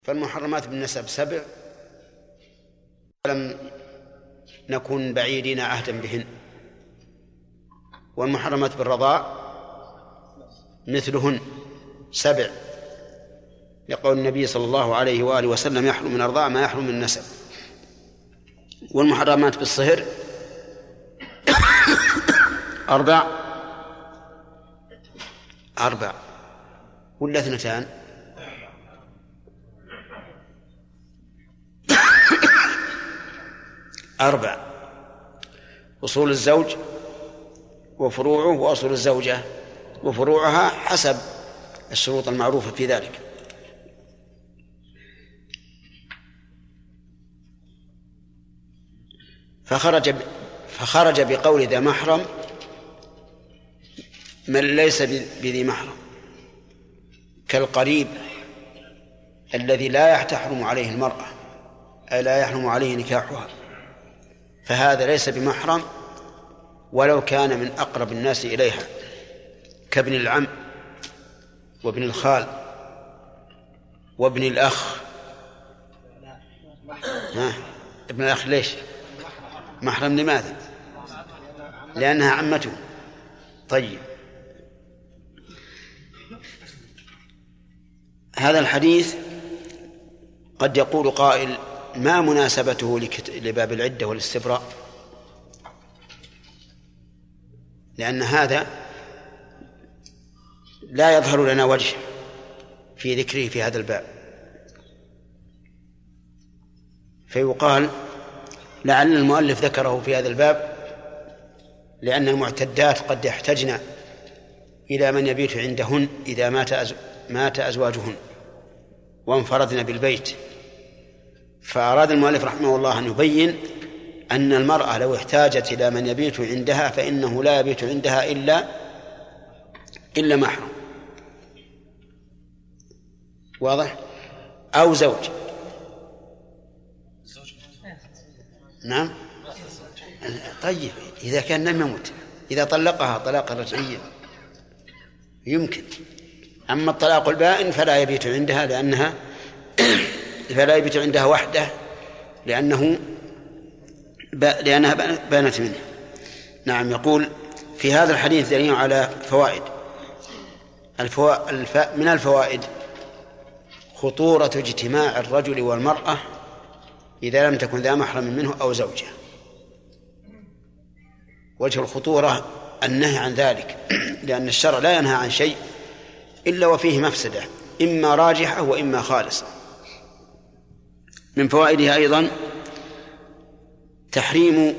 فالمحرمات بالنسب 7 ولم نكن بعيدين عهدا بهن، والمحرمات بالرضاع مثلهن 7 لقول النبي صلى الله عليه وآله وسلم: يحرم من الرضاع ما يحرم من النسب. والمحرمات بالصهر 4 ولا 2؟ 4: أصول الزوج وفروعه، وأصول الزوجة وفروعها حسب الشروط المعروفة في ذلك. فخرج بقول ذا محرم من ليس بذي محرم، كالقريب الذي لا تحرم عليه المرأة أي لا يحرم عليه نكاحها، فهذا ليس بمحرم ولو كان من أقرب الناس إليها، كابن العم وابن الخال وابن الأخ. ابن الأخ ليش محرم؟ لماذا؟ لأنها عمته. طيب، هذا الحديث قد يقول قائل: ما مناسبته لباب العدة والاستبراء؟ لأن هذا لا يظهر لنا وجه في ذكره في هذا الباب، فيقال لعل المؤلف ذكره في هذا الباب لأن المعتدات قد يحتجن إلى من يبيت عندهن إذا مات أزواجهن وانفردن بالبيت، فأراد المؤلف رحمه الله أن يبين أن المرأة لو احتاجت إلى من يبيت عندها فإنه لا يبيت عندها إلا محرم، واضح؟ أو زوج. نعم. طيب، إذا كان لم يمت، إذا طلقها طلاقا رجعيا يمكن. أما الطلاق البائن فلا يبيت عندها فلا يبيت عندها وحده لأنها بانت منه. نعم. يقول: في هذا الحديث دليل على فوائد. من الفوائد خطورة اجتماع الرجل والمرأة إذا لم تكن ذا محرم منه أو زوجه. وجه الخطورة النهي عن ذلك، لأن الشرع لا ينهى عن شيء إلا وفيه مفسدة إما راجحة وإما خالصة. من فوائدها أيضا تحريم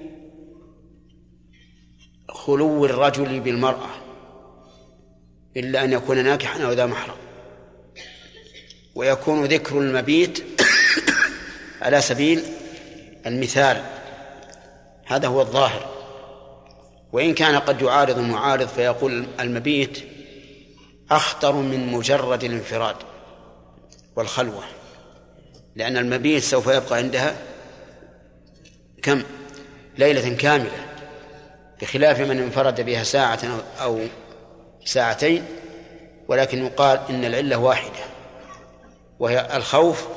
خلو الرجل بالمرأة إلا أن يكون ناكحا أو ذا محرم، ويكون ذكر المبيت على سبيل المثال، هذا هو الظاهر، وإن كان قد يعارض المعارض فيقول المبيت أخطر من مجرد الانفراد والخلوة، لأن المبيت سوف يبقى عندها كم؟ ليلة كاملة، بخلاف من انفرد بها ساعة أو ساعتين. ولكن يقال إن العلة واحدة وهي الخوف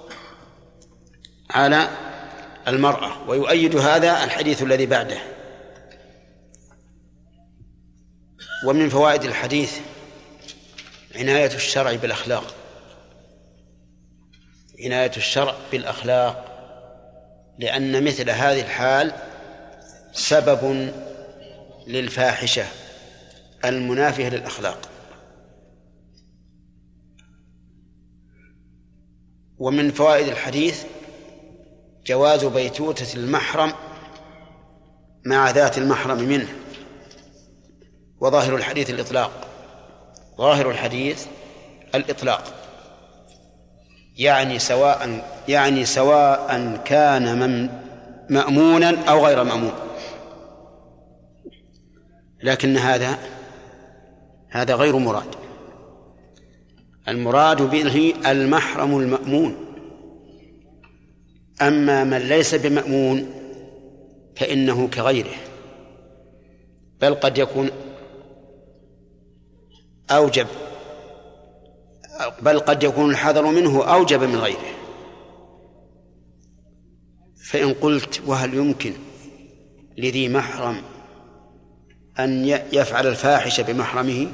على المرأة، ويؤيد هذا الحديث الذي بعده. ومن فوائد الحديث عناية الشرع بالأخلاق، عناية الشرع بالأخلاق، لأن مثل هذه الحال سبب للفاحشة المنافية للأخلاق. ومن فوائد الحديث جواز بيتوتة المحرم مع ذات المحرم منه، وظاهر الحديث الإطلاق. ظاهر الحديث الإطلاق، يعني سواء كان مأمونا أو غير مأمون، لكن هذا غير مراد. المراد به المحرم المأمون، أما من ليس بمأمون فإنه كغيره، بل قد يكون أوجب بل قد يكون الحذر منه أوجب من غيره. فإن قلت وهل يمكن لذي محرم أن يفعل الفاحشة بمحرمه؟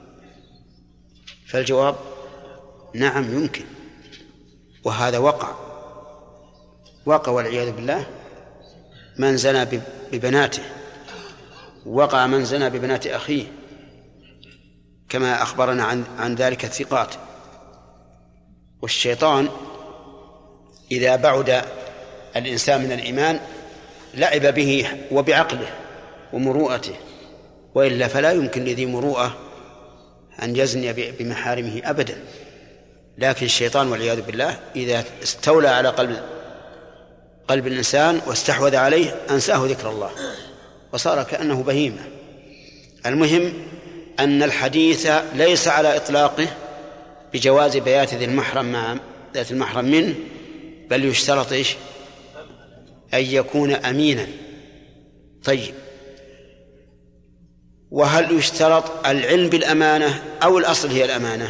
فالجواب نعم يمكن، وهذا وقع والعياذ بالله من زنى ببناته، وقع من زنى ببنات أخيه كما أخبرنا عن ذلك الثقات. والشيطان إذا بعد الإنسان من الإيمان لعب به وبعقله ومروءته، وإلا فلا يمكن لذي مروءة أن يزني بمحارمه أبدا. لكن الشيطان والعياذ بالله إذا استولى على قلب الإنسان واستحوذ عليه أنساه ذكر الله وصار كأنه بهيمة. المهم أن الحديث ليس على إطلاقه بجواز بيات ذي المحرم مع ذات المحرم منه، بل يشترط إيش؟ أن يكون أمينا. طيب، وهل يشترط العلم بالأمانة أو الأصل هي الأمانة؟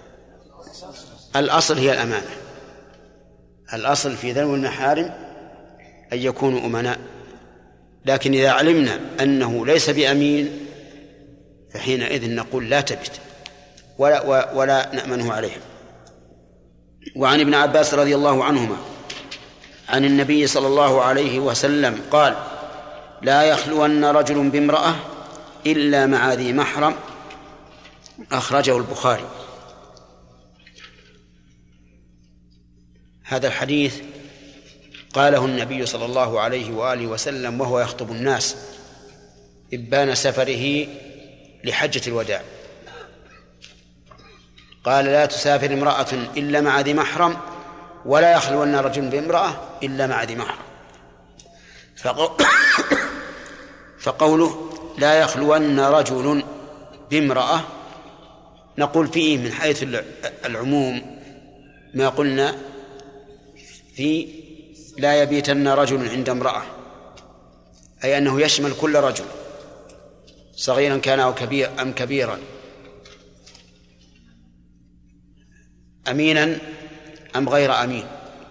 الأصل هي الأمانة. الأصل في ذوي المحارم أن يكونوا أمناء، لكن إذا علمنا أنه ليس بأمين فحينئذ نقول لا تبت ولا نأمنه عليهم. وعن ابن عباس رضي الله عنهما عن النبي صلى الله عليه وسلم قال: لا يخلون رجل بامرأة إلا مع ذي محرم، أخرجه البخاري. هذا الحديث قاله النبي صلى الله عليه وآله وسلم وهو يخطب الناس إبان سفره لحجة الوداع. قال: لا تسافر امرأة إلا مع ذي محرم، ولا يخلون رجل بامرأة إلا مع ذي محرم. فقوله لا يخلون رجل بامرأة نقول فيه من حيث العموم ما قلنا في لا يبيتن رجل عند امرأة، أي أنه يشمل كل رجل صغيرا كان أو كبيرا، أمينا أم غير أمين،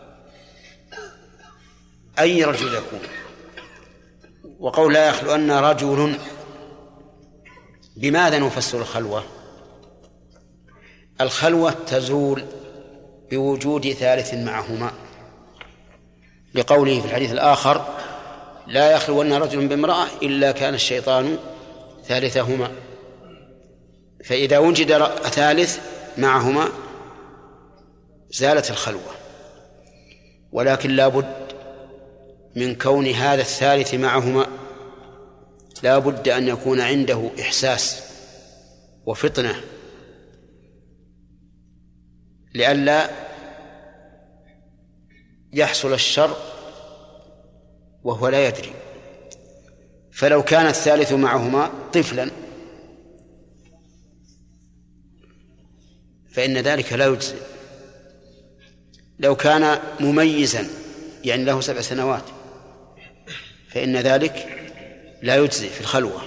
أي رجل يكون. وقول لا يخلون رجل، بماذا نفسر الخلوة؟ الخلوة تزول بوجود ثالث معهما، لقوله في الحديث الآخر: لا يخلون رجل بامرأة إلا كان الشيطان ثالثهما. فإذا وجد ثالث معهما زالت الخلوة، ولكن لا بد من كون هذا الثالث معهما، لا بد أن يكون عنده إحساس وفطنة لئلا يحصل الشر وهو لا يدري. فلو كان الثالث معهما طفلا فإن ذلك لا يجزي. لو كان مميزا يعني له 7 سنوات فإن ذلك لا يجزي في الخلوة،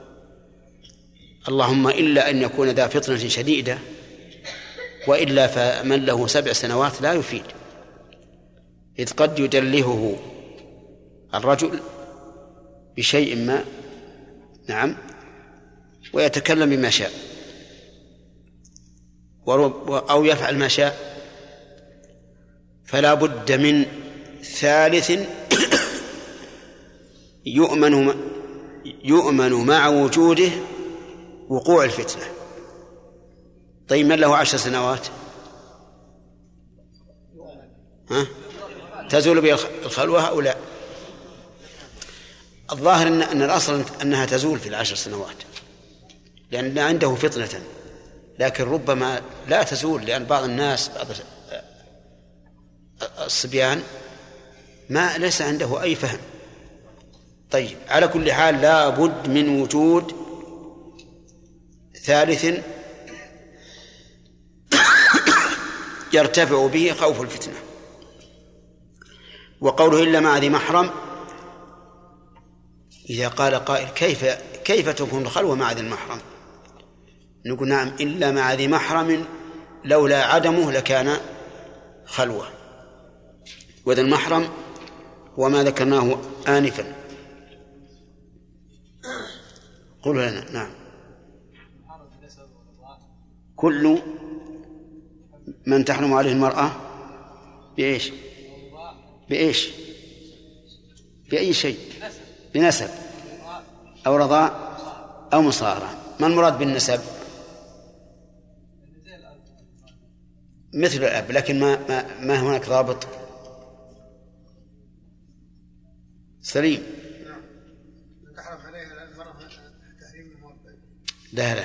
اللهم إلا أن يكون ذا فطنة شديدة، وإلا فمن له 7 سنوات لا يفيد، إذ قد يدلهه الرجل بشيء ما، نعم، ويتكلم بما شاء أو يفعل ما شاء. فلا بد من ثالث يؤمن مع وجوده وقوع الفتنة. طيب من له 10 سنوات تزول به الخلوة أو لا؟ الظاهر أن الأصل أنها تزول في 10 سنوات لأن عنده فطنة، لكن ربما لا تزول لأن بعض الناس بعض الصبيان ما ليس عنده أي فهم. طيب، على كل حال لا بد من وجود ثالث يرتفع به خوف الفتنة. وقوله إلا مع ذي محرم، إذا قال قائل كيف تكون الخلوة مع ذي المحرم؟ نقول نعم، إلا مع ذي محرم لولا عدمه لكان خلوة. وذا المحرم وما ذكرناه آنفا. قولوا لنا. نعم. كل من تحرم عليه المرأة بإيش؟ بأي شيء؟ بنسب أو رضاء أو مصاهرة. ما المراد بالنسب؟ مثل الأب، لكن ما هناك ضابط. سليم. تحرم عليها المرأة تحريم الموضع. لا.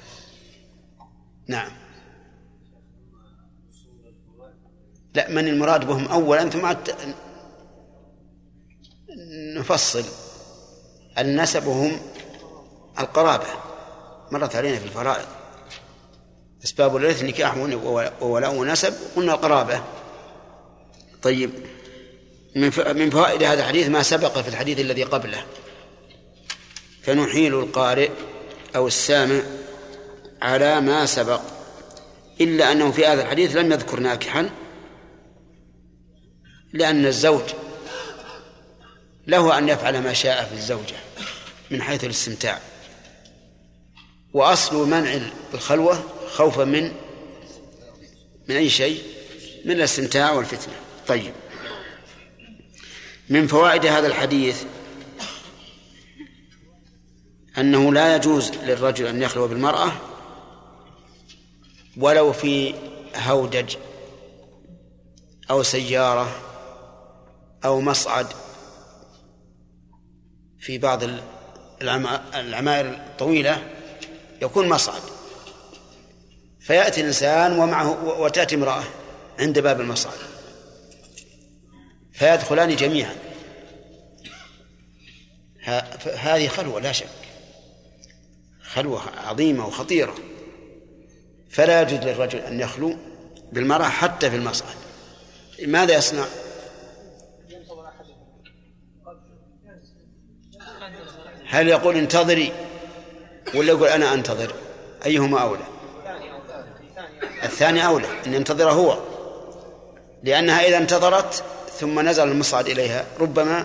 نعم. لا، من المراد بهم أولا ثم نفصل. النسب هم القرابة، مرت علينا في الفرائض. أسباب الإرث نكاح وولاء ونسب، قلنا القرابة. طيب، من فوائد هذا الحديث ما سبق في الحديث الذي قبله، فنحيل القارئ أو السامع على ما سبق، إلا أنه في هذا الحديث لم يذكر ناكحا، لأن الزوج له أن يفعل ما شاء في الزوجة من حيث الاستمتاع، وأصل منع الخلوة خوفا من أي شيء، من الاستمتاع والفتنة. طيب، من فوائد هذا الحديث أنه لا يجوز للرجل أن يخلو بالمرأة ولو في هودج أو سيارة أو مصعد. في بعض العمائر الطويلة يكون مصعد، فيأتي الإنسان ومعه وتأتي امرأة عند باب المصعد، فيدخلان جميعا. هذه خلوة لا شك، خلوة عظيمة وخطيرة، فلا يجوز للرجل أن يخلو بالمرأة حتى في المصعد. ماذا يصنع؟ هل يقول انتظري ولا يقول أنا أنتظر؟ أيهما أولى؟ الثاني أولى، أن ينتظر هو، لأنها إذا انتظرت ثم نزل المصعد إليها ربما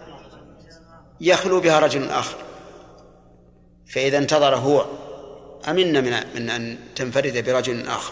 يخلو بها رجل آخر، فإذا انتظر هو أمن من أن تنفرد برجل آخر.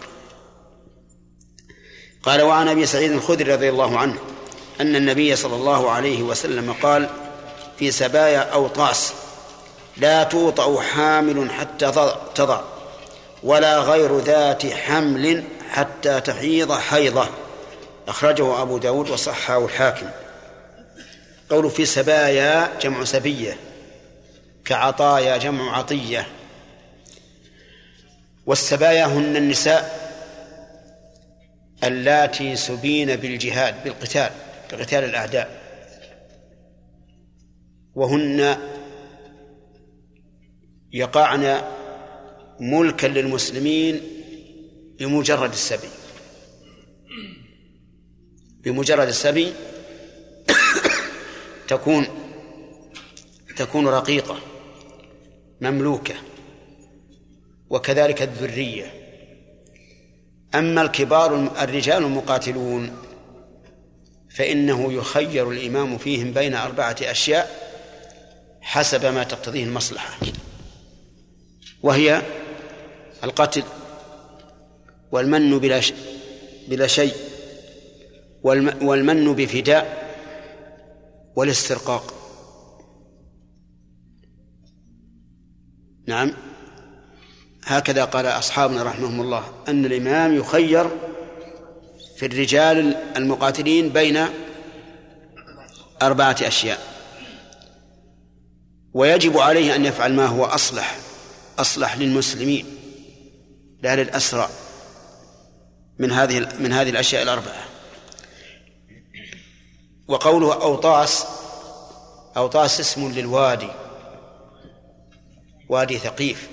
قال: وعن أبي سعيد الخدري رضي الله عنه أن النبي صلى الله عليه وسلم قال في سبايا أوطاس: لا توطأ حامل حتى تضع، ولا غير ذات حمل حتى تحيض حيضة. أخرجه أبو داود وصححه الحاكم. قول في سبايا جمع سبية، كعطايا جمع عطية. والسبايا هن النساء اللاتي سبين بالجهاد بقتال الأعداء، وهن يقعن ملكا للمسلمين بمجرد السبي تكون رقيقة مملوكة، وكذلك الذرية. أما الكبار الرجال المقاتلون فإنه يخير الإمام فيهم بين 4 أشياء حسب ما تقتضيه المصلحة، وهي القتل، والمن بلا شيء، والمن بفداء، والاسترقاق. نعم، هكذا قال أصحابنا رحمهم الله، أن الإمام يخير في الرجال المقاتلين بين 4 أشياء، ويجب عليه أن يفعل ما هو أصلح للمسلمين لا للأسرى من هذه الأشياء 4. وقوله أوطاس اسم للوادي، وادي ثقيف،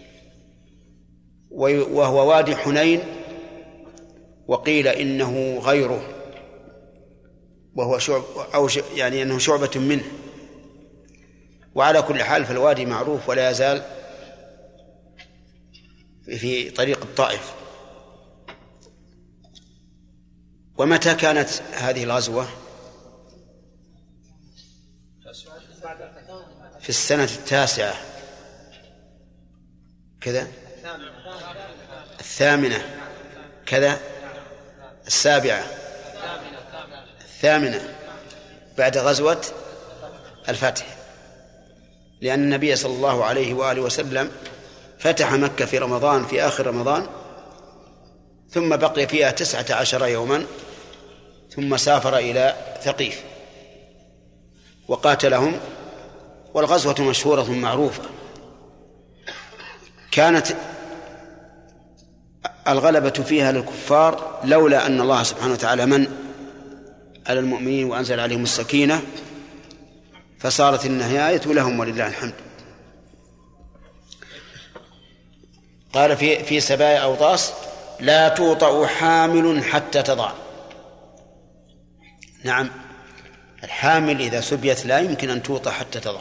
وهو وادي حنين، وقيل إنه غيره، وهو يعني أنه شعبة منه. وعلى كل حال فالوادي معروف ولا يزال في طريق الطائف. ومتى كانت هذه الغزوة؟ في السنة 9 كذا، 8 كذا، 7 8 بعد غزوة الفتح، لأن النبي صلى الله عليه وآله وسلم فتح مكة في رمضان، في آخر رمضان، ثم بقي فيها 19 يوما، ثم سافر إلى ثقيف وقاتلهم، والغزوة مشهورة معروفة. كانت الغلبة فيها للكفار لولا أن الله سبحانه وتعالى من على المؤمنين وأنزل عليهم السكينة، فصارت النهاية لهم ولله الحمد. قال في سبايا أوطاس: لا توطأ حامل حتى تضع. نعم، الحامل إذا سبيت لا يمكن أن توطأ حتى تضع،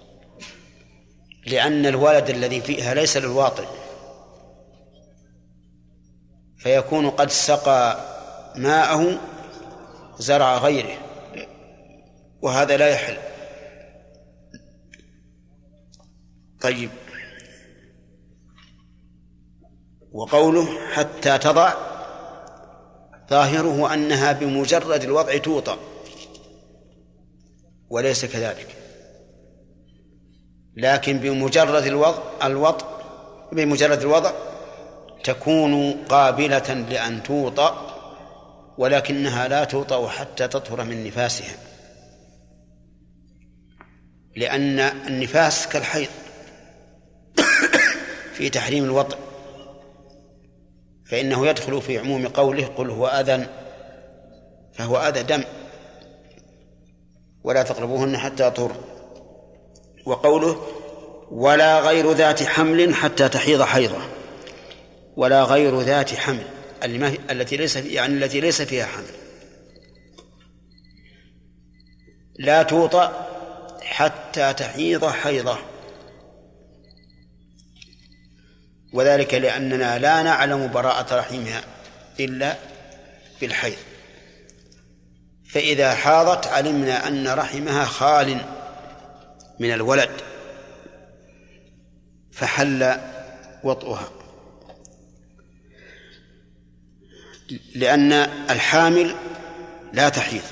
لأن الولد الذي فيها ليس للواطئ، فيكون قد سقى ماءه زرع غيره، وهذا لا يحل. طيب، وقوله حتى تضع ظاهره أنها بمجرد الوضع توطأ، وليس كذلك، لكن بمجرد الوضع تكون قابلة لأن توطأ، ولكنها لا توطأ حتى تطهر من نفاسها، لأن النفاس كالحيض في تحريم الوطء، فإنه يدخل في عموم قوله: قل هو أذى، فهو أذى دم، ولا تقربوهن حتى يطهر. وقوله: ولا غير ذات حمل حتى تحيض حيضة. ولا غير ذات حمل التي ليس فيها حمل لا توطأ حتى تحيض حيضة، وذلك لأننا لا نعلم براءة رحمها إلا بالحيض، فإذا حاضت علمنا أن رحمها خال من الولد فحل وطئها، لأن الحامل لا تحيض،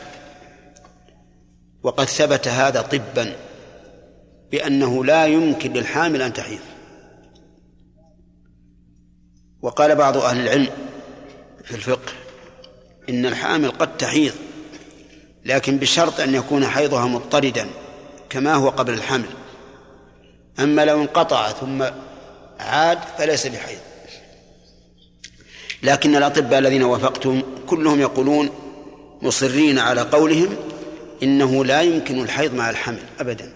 وقد ثبت هذا طبا بأنه لا يمكن للحامل أن تحيض. وقال بعض أهل العلم في الفقه إن الحامل قد تحيض، لكن بشرط أن يكون حيضها مضطردا كما هو قبل الحمل، أما لو انقطع ثم عاد فليس بحيض. لكن الأطباء الذين وافقتهم كلهم يقولون مصرين على قولهم إنه لا يمكن الحيض مع الحمل أبدا.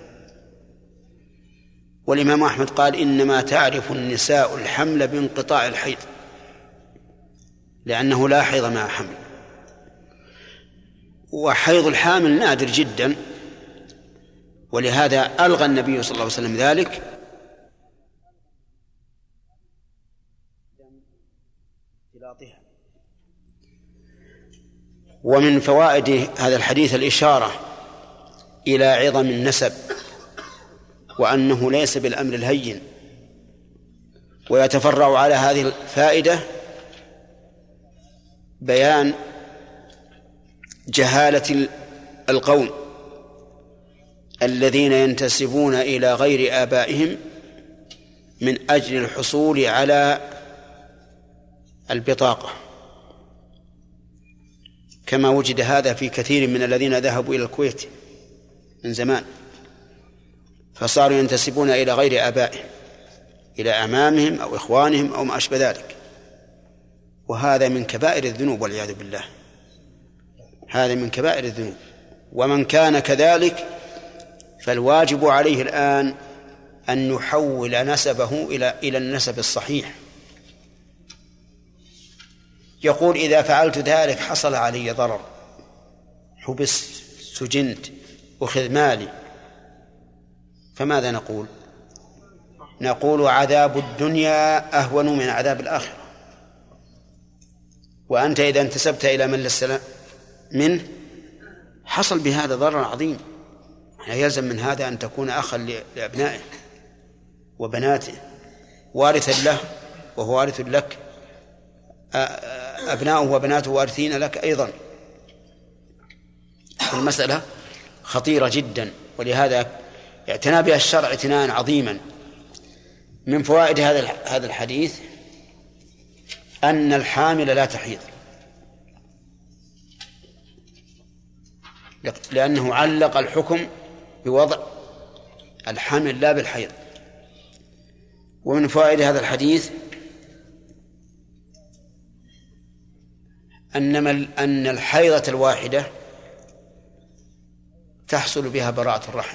والإمام أحمد قال: إنما تعرف النساء الحمل بانقطاع الحيض، لأنه لا حيض مع حمل، وحيض الحامل نادر جدا، ولهذا ألغى النبي صلى الله عليه وسلم ذلك ومن فوائد هذا الحديث الإشارة إلى عظم النسب، وأنه ليس بالأمر الهين. ويتفرع على هذه الفائدة بيان جهالة القوم الذين ينتسبون إلى غير آبائهم من أجل الحصول على البطاقة، كما وجد هذا في كثير من الذين ذهبوا إلى الكويت من زمان، فصاروا ينتسبون إلى غير آبائهم، إلى أعمامهم أو إخوانهم أو ما أشبه ذلك، وهذا من كبائر الذنوب والعياذ بالله، هذا من كبائر الذنوب. ومن كان كذلك فالواجب عليه الآن أن يحول نسبه إلى النسب الصحيح. يقول: إذا فعلت ذلك حصل علي ضرر، حبست، سجنت، أخذ مالي، فماذا نقول؟ نقول: عذاب الدنيا أهون من عذاب الآخرة. وأنت إذا انتسبت إلى من منه حصل بهذا ضرر عظيم. يلزم من هذا أن تكون أخا لأبنائه وبناته، وارثا له وهو وارث لك، أبناؤه وبناته وارثين لك أيضا. المسألة خطيرة جدا، ولهذا اعتنى بها الشرع اعتناء عظيما. من فوائد هذا الحديث أن الحامل لا تحيض، لأنه علق الحكم بوضع الحمل لا بالحيض. ومن فوائد هذا الحديث أن الحيضة الواحدة تحصل بها براءة الرحم،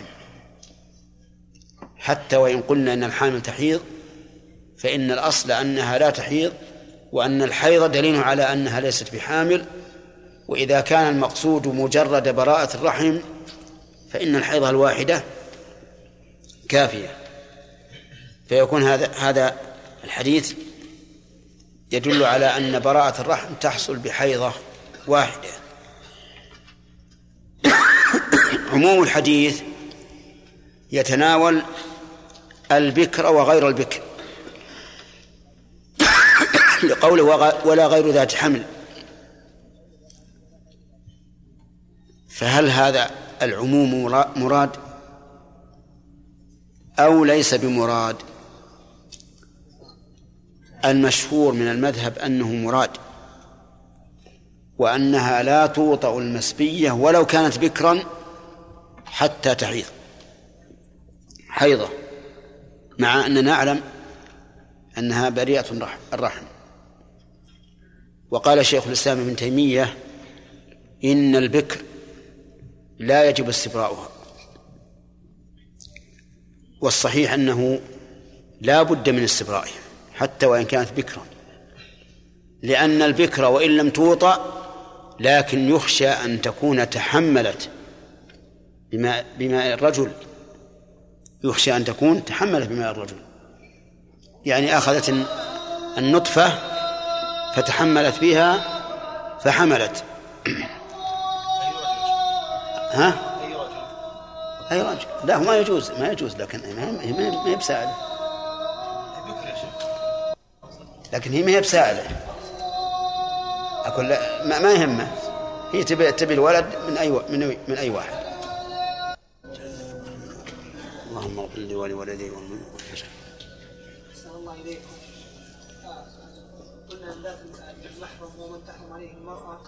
حتى وإن قلنا أن الحامل تحيض فإن الأصل أنها لا تحيض، وأن الحيض دليل على أنها ليست بحامل. وإذا كان المقصود مجرد براءة الرحم فإن الحيضة الواحدة كافية. فيكون هذا الحديث يدل على أن براءة الرحم تحصل بحيضة واحدة. عموم الحديث يتناول البكر وغير البكر، لقوله ولا غير ذات حمل. فهل هذا العموم مراد أو ليس بمراد؟ المشهور من المذهب أنه مراد، وأنها لا توطأ المسبية ولو كانت بكرا حتى تحيض حيضة، مع أننا نعلم أنها بريئة الرحم. وقال شيخ الإسلام ابن تيمية إن البكر لا يجب استبراؤها، والصحيح أنه لا بد من استبرائها حتى وإن كانت بكرا، لأن البكر وإن لم توطأ لكن يخشى أن تكون تحملت بماء الرجل، يخشى أن تكون تحملت بماء الرجل، يعني أخذت النطفة فتحملت بها فحملت. ها؟ أي رجل؟ لا، ما يجوز لكن ما هي بسائلة، لكن هي ما هي بسائلة. أقول لا، ما يهمه، هي تبي الولد من أي واحد. اللهم اغفر لي ولوالدي والمؤمنين. أحسن الله إليكم. قلنا أن المحرم هو من تحرم عليه المرأة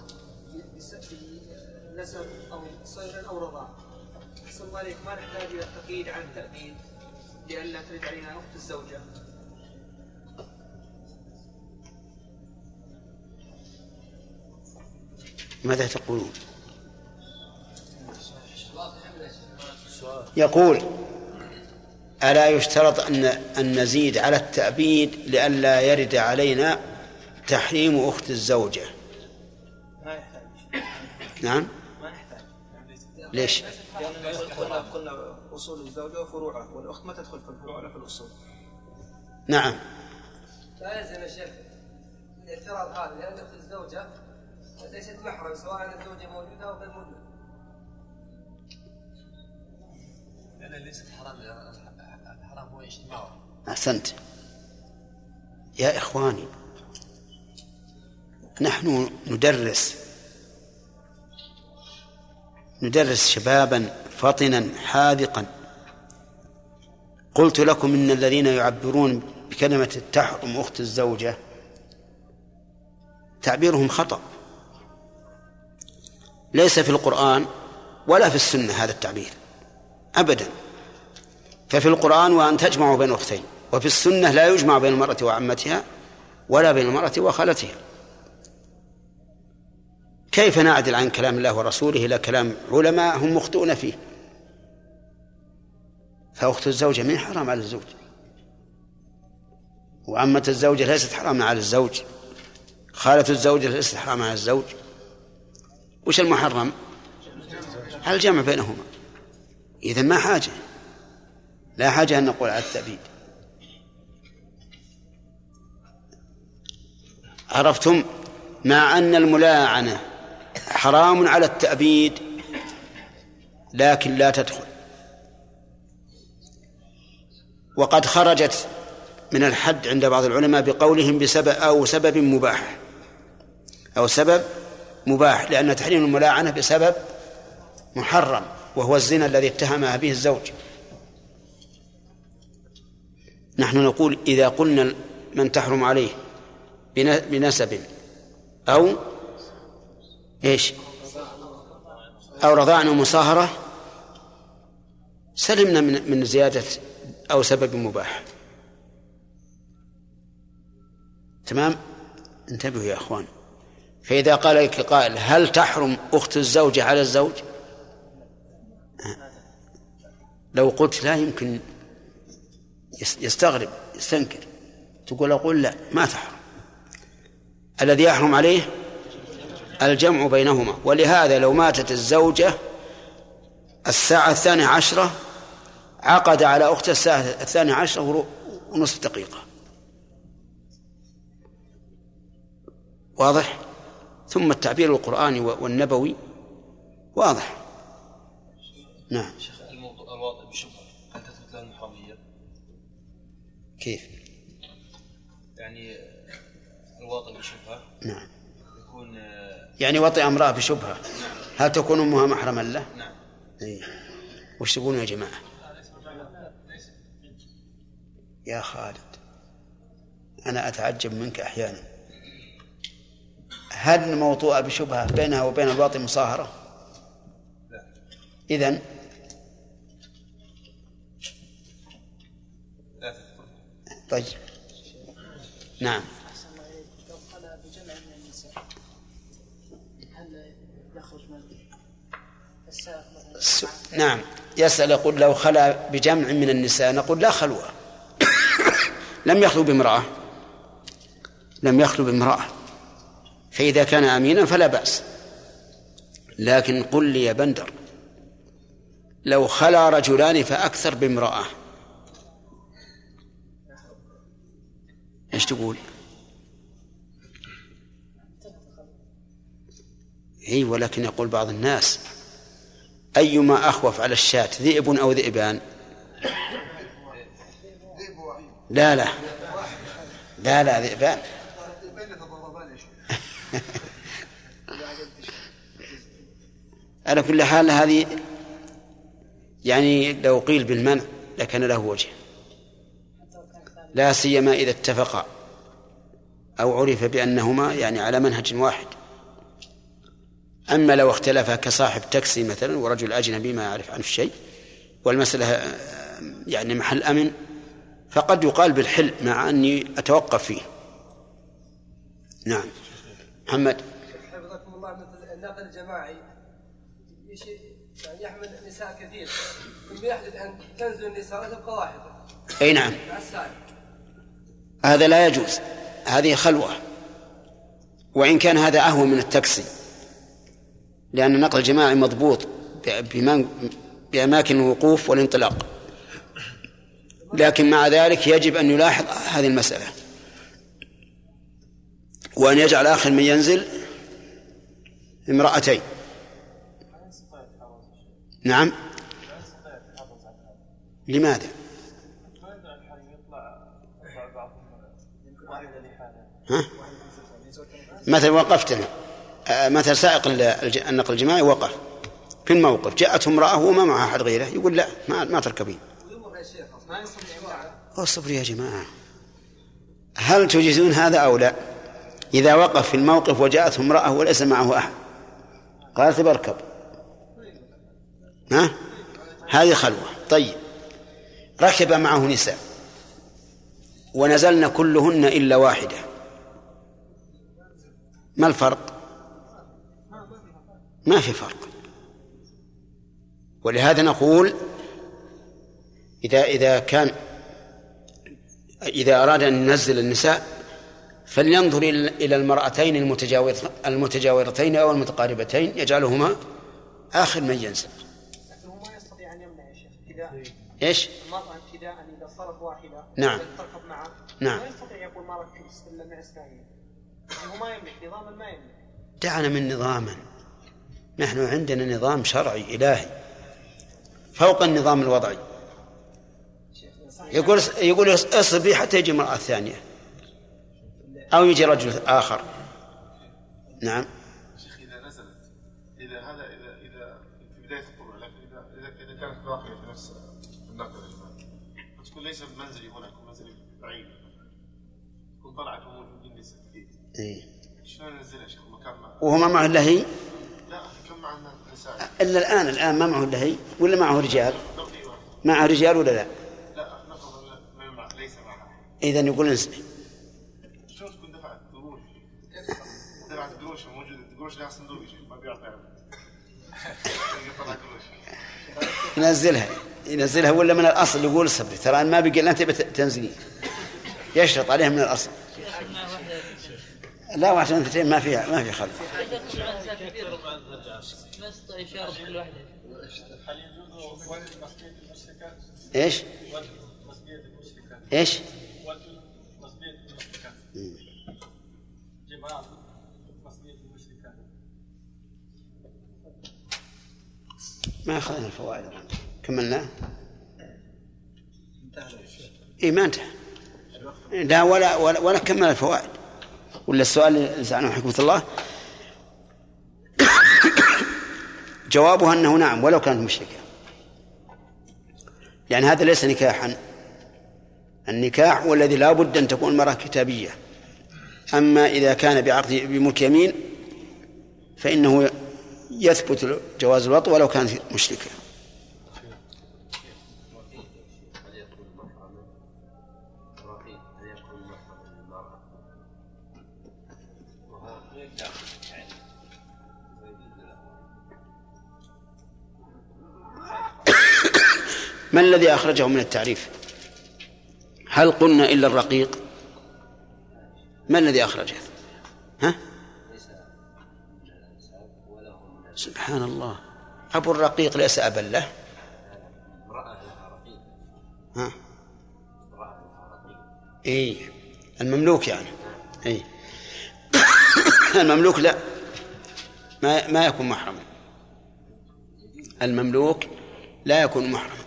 بنسب أو صير أو رضاع. أحسن الله إليكم، ما نحتاج إلى التقييد عن التأكيد لئلا ترد علينا أخت الزوجة؟ ماذا تقولون؟ يقول ألا يشترط أن نزيد على التأبيد لئلا يرد علينا تحريم أخت الزوجة؟ ما يحتاج. نعم، ما يحتاج. ليش؟ قلنا أصول الزوجة وفروعها، والأخت ما تدخل في الفروع ولا في الأصول. نعم. لا يلزم الشيخ الاعتراض هذا، لأن أخت الزوجة ليست محرم سواء الزوجة موجودة أو غير موجودة. لأن ليست حرام، الحرام هو اجتماعه. أحسنت يا إخواني، نحن ندرس شبابا فطنا حاذقا. قلت لكم إن الذين يعبرون بكلمة التحرم أخت الزوجة تعبيرهم خطأ، ليس في القرآن ولا في السنة هذا التعبير أبدا. ففي القرآن وأن تجمعوا بين أختين، وفي السنة لا يجمع بين المرأة وعمتها ولا بين المرأة وخالتها. كيف نعدل عن كلام الله ورسوله إلى كلام علماء هم مخطئون فيه؟ فأخت الزوجة من حرام على الزوج، وعمة الزوجة ليست حرام على الزوج، خالة الزوجة ليست حرام على الزوج. وش المحرم؟ على الجمع بينهما. إذن ما حاجة، لا حاجة أن نقول على التأبيد. عرفتم؟ مع أن الملاعنة حرام على التأبيد لكن لا تدخل. وقد خرجت من الحد عند بعض العلماء بقولهم بسبب أو سبب مباح أو سبب مباح، لأن تحريم الملاعنة بسبب محرم وهو الزنا الذي اتهمها به الزوج. نحن نقول إذا قلنا من تحرم عليه بنسب أو إيش أو رضاعن ومصاهرة سلمنا من زيادة أو سبب مباح. تمام؟ انتبهوا يا أخوان. فإذا قال لك قائل هل تحرم أخت الزوجة على الزوج؟ لو قلت لا يمكن يستغرب يستنكر، تقول أقول لا ما تحرم. الذي يحرم عليه الجمع بينهما. ولهذا لو ماتت الزوجة الساعة 12 عقد على أخته الساعة 12 ونصف دقيقة. واضح؟ ثم التعبير القرآني والنبوي واضح. نعم. الواطئ بشبهة هل تثبت له المحرمية؟ كيف؟ يعني الواطئ بشبهة نعم يكون يعني وطئ امرأة بشبهة هل تكون أمها محرما له؟ نعم. إيه. وش تقولون يا جماعة؟ يا خالد أنا أتعجب منك أحيانا. هل الموطوءة بشبهة بينها وبين الواطئ مصاهرة؟ لا. إذن لا تذكر. طيب نعم. لو خلا بجمع من النساء هل يخرج من السائق مثلا؟ نعم يسأل يقول لو خلا بجمع من النساء نقول لا خلوة. لم يخلو بامرأة فإذا كان أمينا فلا بأس. لكن قل لي يا بندر لو خلا رجلان فأكثر بامرأة ايش تقول؟ اي ولكن يقول بعض الناس أيما أخوف على الشاة ذئب أو ذئبان؟ لا ذئبان. على كل حال هذه يعني لو قيل بالمنع لكان له وجه، لا سيما إذا اتفقا أو عرف بأنهما يعني على منهج واحد. أما لو اختلفا كصاحب تاكسي مثلا ورجل أجنبي ما يعرف عنه شيء والمسألة يعني محل أمن فقد يقال بالحل مع أني أتوقف فيه. نعم. محمد. حفظكم الله مثل النقل الجماعي يعني يحمل نساء كثير ثم يحدث أن تنزل النساء وتبقى واحدة. أي نعم. هذا لا يجوز، هذه خلوة، وإن كان هذا أهون من التاكسي لأن النقل الجماعي مضبوط بأماكن الوقوف والانطلاق. لكن مع ذلك يجب أن يلاحظ هذه المسألة وأن يجعل آخر من ينزل امرأتين. نعم. لماذا؟ مثل وقفتنا مثل سائق النقل الجماعي وقف في الموقف جاءته امرأة وما معها أحد غيره يقول لا ما تركبين. اصبر يا جماعة هل تجيزون هذا أو لا؟ إذا وقف في الموقف وجاءته امرأة وليس معه أحد قالت بركب هذه خلوة. طيب ركب معه نساء ونزلنا كلهن إلا واحدة ما الفرق؟ ما في فرق. ولهذا نقول إذا أراد أن ينزل النساء فلينظر إلى المرأتين المتجاورتين أو المتقاربتين يجعلهما آخر من ينزل. لكنه ما يستطيع أن يمنع يا شيخ ابتداء. إيش؟ المرأة ابتداء إذا صارت واحدة نعم تركب معه نعم ما يستطيع يقول ما ركب إلا مع الثانية. هو ما يملك نظاما ما يملك. دعنا من نظاما نحن عندنا نظام شرعي إلهي فوق النظام الوضعي. يقول اصبري حتى يجي المرأة الثانية أو يجي رجل آخر. نعم. شيخ إذا نزلت إذا في بداية الطلوع، لكن إذا كانت باقية في نفس النقل تكون ليس بمنزلي هنا، تكون منزلي بعيد، تكون طلعت وموجودين لسه جديد. شلون ننزلها شيخ؟ وهو ما معه إلا هي؟ لا، كم معه النساء إلا الآن ما معه إلا هي ولا معه رجال؟ معه رجال ولا لا؟ لا، نفرض ليس معه. إذن يقول انزل. شلون تكون دفعت قروش؟ دفعت قروش موجودة، قروش لها صندوق شيء ما بيعطيها. ينزلها ولا من الأصل يقول اصبري ترى ما بقي إلا أنت تنزلين، يشرط عليها من الأصل. لا، واحد من اثنتين ما في خلف. ايش؟ ايش؟ ما أخذنا الفوائد كملنا. إيه ما انتهى. لا ولا كمل الفوائد. ولا السؤال اللي سألناه حكمة الله جوابها أنه نعم ولو كانت مشركة، يعني هذا ليس نكاحا. النكاح هو الذي لا بد أن تكون المرأة كتابية. أما إذا كان بعقد بملك يمين فإنه يثبت جواز الوطء ولو كانت مشركة. ما الذي أخرجه من التعريف؟ هل قلنا إلا الرقيق؟ ما الذي أخرجه؟ ها؟ سبحان الله، أبو الرقيق ليس أبا له. ها؟ إيه المملوك يعني. إيه المملوك لا، ما يكون محرما. المملوك لا يكون محرما.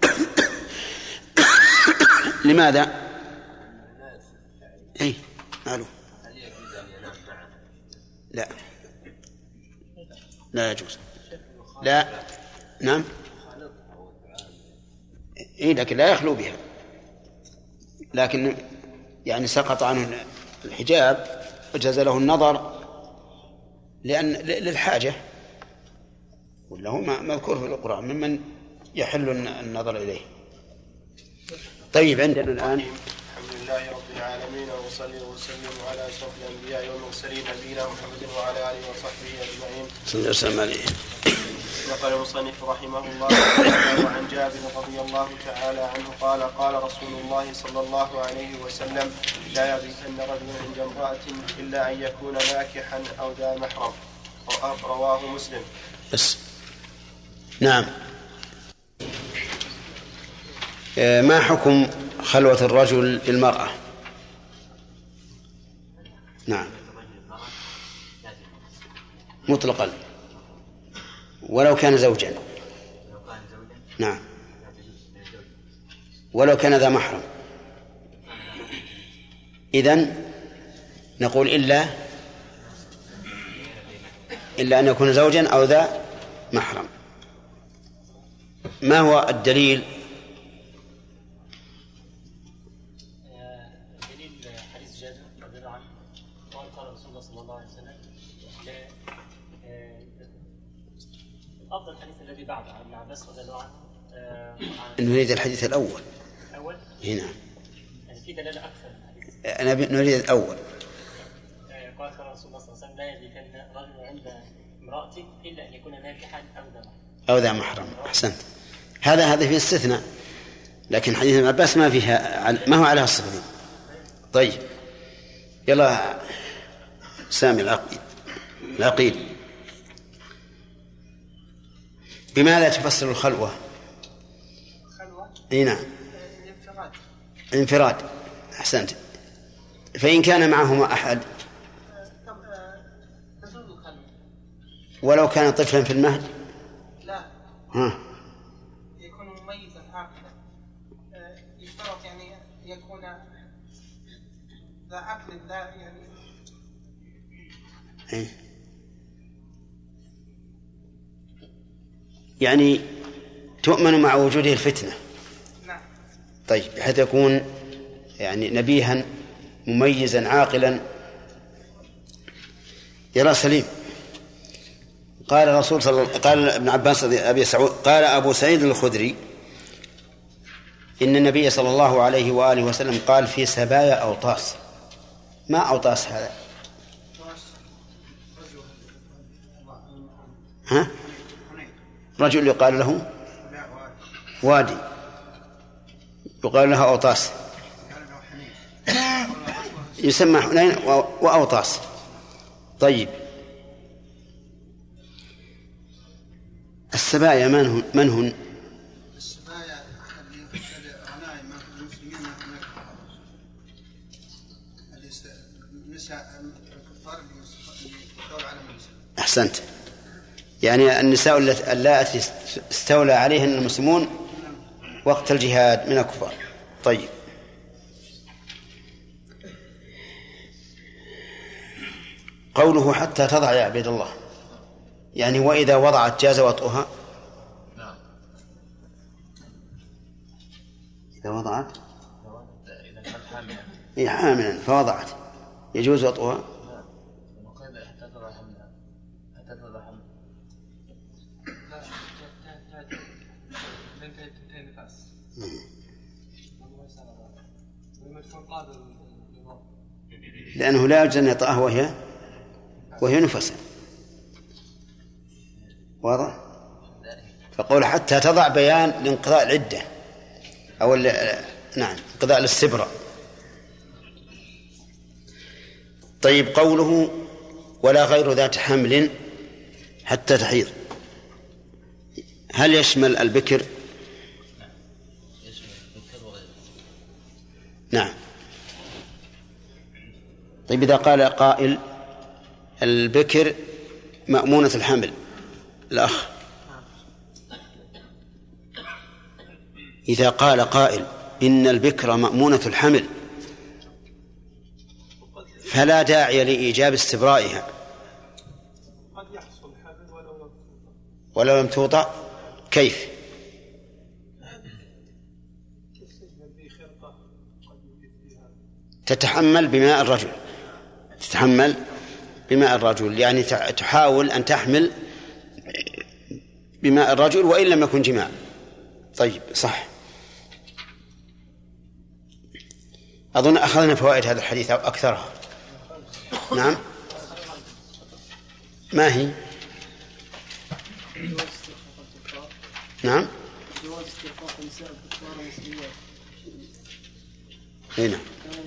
لماذا؟ أي معلوم. لا يجوز. لا نعم. إيه لكن لا يخلو بها، لكن يعني سقط عنه الحجاب وجاز له النظر لأن للحاجة، ولا هو مذكور في القرآن ممن يحل النظر إليه. طيب عندنا الآن الحمد لله رب العالمين، وصلي وسلم على أشرف الأنبياء والمرسلين نبينا محمد وعلى آله وصحبه أجمعين. صلى الله وسلم عليه. نقل المصنف رحمه الله وعن جابر رضي الله تعالى عنه قال قال رسول الله صلى الله عليه وسلم لا يبيتن رجل عند امرأة إلا أن يكون ناكحا أو ذا محرم. رواه مسلم. بس نعم. ما حكم خلوة الرجل بالمرأة؟ نعم مطلقا ولو كان زوجا. نعم ولو كان ذا محرم. إذن نقول إلا أن يكون زوجا أو ذا محرم. ما هو الدليل؟ حديث جابر رضي الله عنه قال رسول الله صلى الله عليه وسلم الأفضل الحديث الذي بعده عن ابن عباس رضي الله عنه نريد الحديث الأول هنا، يعني في دلالة أكثر من الحديث. أنا نريد الأول. قال رسول الله صلى الله عليه وسلم لا يبيتن رجل عند امرأته إلا أن يكون ناكحا أو ذا محرم. أحسنت. هذا في استثناء، لكن حديث ابن عباس ما فيها، ما هو على الصفة دي. طيب يلا سامي العقيل بماذا تفسر الخلوة؟ اي نعم انفراد. أحسنت. فإن كان معهما أحد ولو كان طفلا في المهد؟ لا. ها. يكون مميزا عاقلا. يشترط يعني يكون ذا عقل لا يعني. يعني تؤمن مع وجوده الفتنة. نعم. طيب بحيث يكون يعني نبيها مميزا عاقلا. يرى سليم. قال الرسول قال ابن عباس أبي سعود قال أبو سعيد الخدري إن النبي صلى الله عليه وآله وسلم قال في سبايا أوطاس. ما أوطاس هذا؟ ها؟ رجل يقال له وادي يقال لها أوطاس، يسمى حنين وأوطاس. طيب السبايا من هن؟ السبايا الغنائم المسلمين النساء الكفار اللي على النساء. أحسنت. يعني النساء اللاتي استولى عليهن المسلمون وقت الجهاد من الكفار. طيب قوله حتى تضع يا عبيد الله، يعني وإذا وضعت جاز وطئها؟ نعم. إذا وضعت إذا كانت حاملا. هي حاملا فوضعت يجوز وطئها؟ نعم. وقيل حتى تضع حملها. حتى تضع حملها. لأنه لا يجوز أن يطأها وهي نفسا. واضح؟ فقول حتى تضع بيان لانقضاء العدة أو نعم انقضاء الاستبراء. طيب قوله ولا غير ذات حمل حتى تحيض، هل يشمل البكر؟ نعم. طيب إذا قال قائل البكر مأمونة الحمل، الأخ إذا قال قائل إن البكر مأمونة الحمل فلا داعي لإيجاب استبرائها ولو لم توطأ. كيف؟ تتحمل بماء الرجل، تتحمل بماء الرجل، يعني تحاول أن تحمل بماء الرجل وإن لم يكن جماع. طيب صح. أظن أخذنا فوائد هذا الحديث أو أكثرها. نعم. ما هي؟ نعم. هنا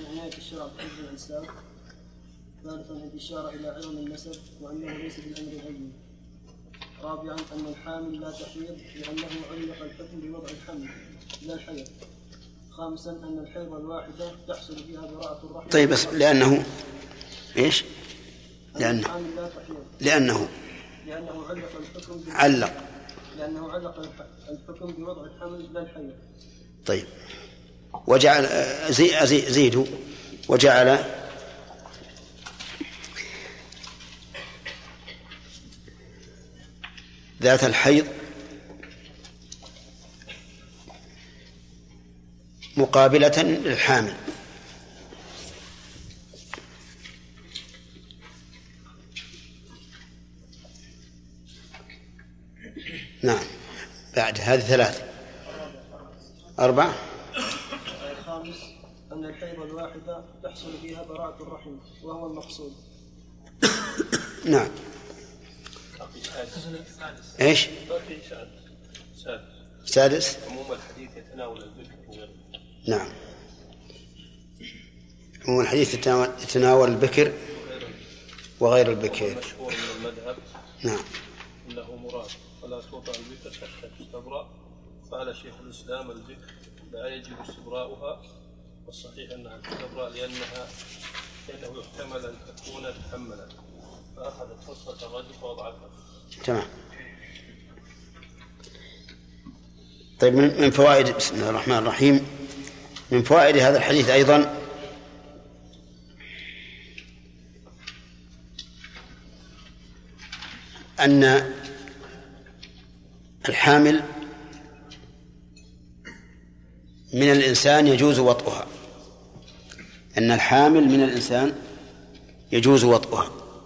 ثالثا الإشارة إلى عظم النسب وأنه ليس بالأمر الهين. رابعا أن الحامل لا تحيض لأنه علق الحكم بوضع الحمل لا الحيض. خامسا أن الحيض الواحدة تحصل فيها براءة الرحم. طيب بس لأنه إيش؟ لأنه لأنه علق الحكم بوضع الحمل لا الحيض. طيب وجعل زيدوا وجعل ذات الحيض مقابلة للحامل. نعم. بعد هذه ثلاثة. 4. الخامس أن الحيض الواحدة تحصل فيها براءة الرحم وهو المقصود. نعم. ايش؟ سادس. عموم الحديث يتناول البكر وغيره. نعم. عموم الحديث يتناول البكر وغير البكر. مشهور من المذهب. نعم. إنه مراد فلا توطأ البكر حتى تستبرأ. فعل شيخ الإسلام البكر لا يجب استبراؤها، والصحيح أنها تستبرأ لأنه يحتمل أن تكون تحملا، فأخذت فرصة الرجل ووضعتها. تمام. طيب، من فوائد بسم الله الرحمن الرحيم، من فوائد هذا الحديث أيضا أن الحامل من الإنسان يجوز وطئها، أن الحامل من الإنسان يجوز وطئها،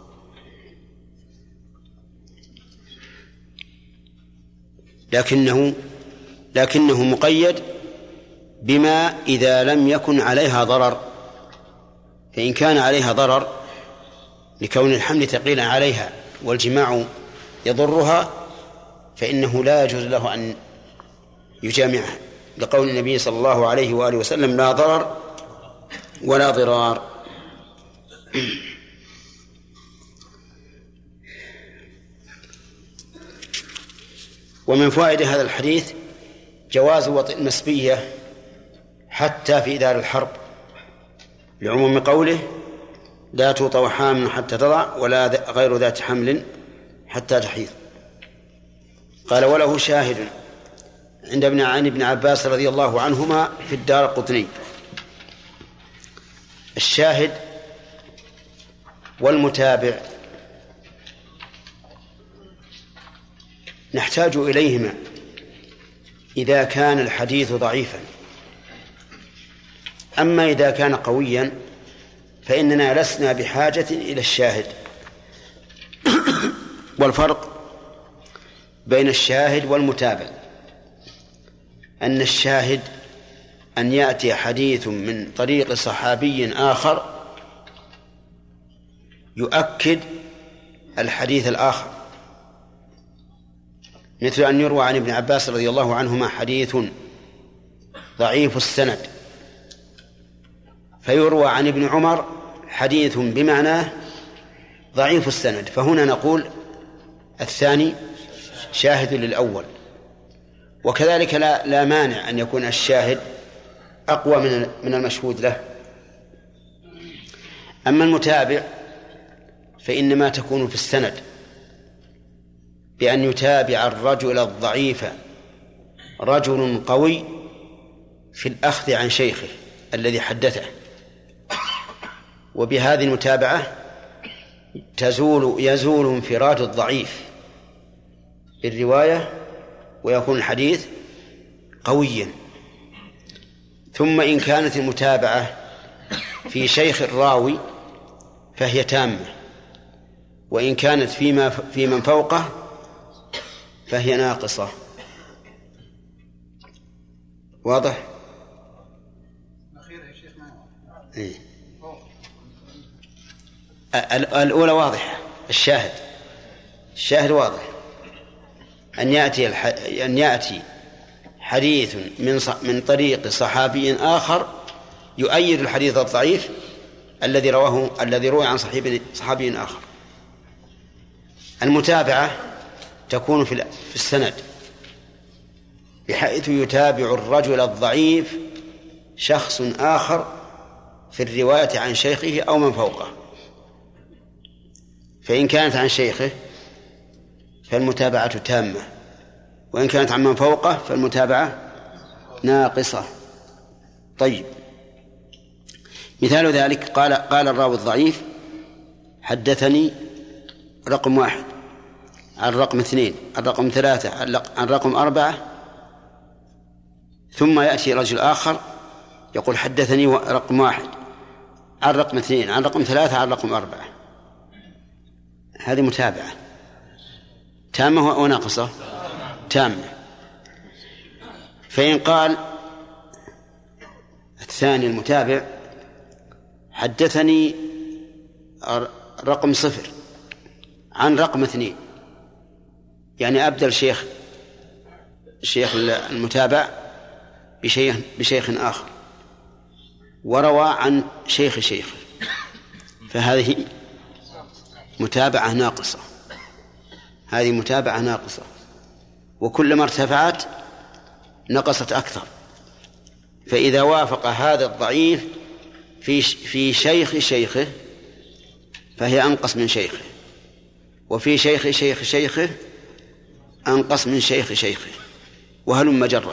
لكنه مقيد بما إذا لم يكن عليها ضرر. فإن كان عليها ضرر لكون الحمل ثقيلا عليها والجماع يضرها فإنه لا يجوز له أن يجامعها، لقول النبي صلى الله عليه وآله وسلم: لا ضرر ولا ضرار. ومن فوائد هذا الحديث جواز وطئ المسبية حتى في دار الحرب، لعموم قوله: لا توطأ حامل حتى تضع ولا غير ذات حمل حتى تحيض. قال: وله شاهد عن ابن عباس رضي الله عنهما في الدارقطني. الشاهد والمتابع نحتاج إليهما إذا كان الحديث ضعيفا، أما إذا كان قويا فإننا لسنا بحاجة إلى الشاهد. والفرق بين الشاهد والمتابع أن الشاهد أن يأتي حديث من طريق صحابي آخر يؤكد الحديث الآخر، مثل أن يروى عن ابن عباس رضي الله عنهما حديث ضعيف السند فيروى عن ابن عمر حديث بمعناه ضعيف السند، فهنا نقول الثاني شاهد للأول. وكذلك لا مانع أن يكون الشاهد أقوى من المشهود له. أما المتابع فإنما تكون في السند بأن يتابع الرجل الضعيف رجل قوي في الأخذ عن شيخه الذي حدثه، وبهذه المتابعة يزول انفراد الضعيف بالرواية ويكون الحديث قويا. ثم إن كانت المتابعة في شيخ الراوي فهي تامة، وإن كانت في من فوقه فهي ناقصة. واضح؟ الأولى واضحة، الشاهد واضح، أن يأتي حديث من طريق صحابي آخر يؤيد الحديث الضعيف الذي روى عن صحابي آخر. المتابعة تكون في السند بحيث يتابع الرجل الضعيف شخص آخر في الرواية عن شيخه أو من فوقه، فإن كانت عن شيخه فالمتابعة تامة، وإن كانت عن من فوقه فالمتابعة ناقصة. طيب، مثال ذلك قال الراوي الضعيف: حدثني رقم 1 عن رقم 2 عن رقم 3 عن رقم 4، ثم يأتي رجل آخر يقول: حدثني رقم 1 عن رقم 2 عن رقم 3 عن رقم 4. هذه متابعة تامة وناقصة؟ تامة. فإن قال الثاني المتابع: حدثني رقم 0 عن رقم 2، يعني أبدل شيخ المتابع بشيخ آخر وروى عن شيخه، فهذه متابعة ناقصة. هذه متابعة ناقصة، وكلما ارتفعت نقصت أكثر. فإذا وافق هذا الضعيف في شيخه فهي أنقص من شيخه، وفي شيخ شيخ شيخه أنقص من شيخ شيخه، وهلم جرا.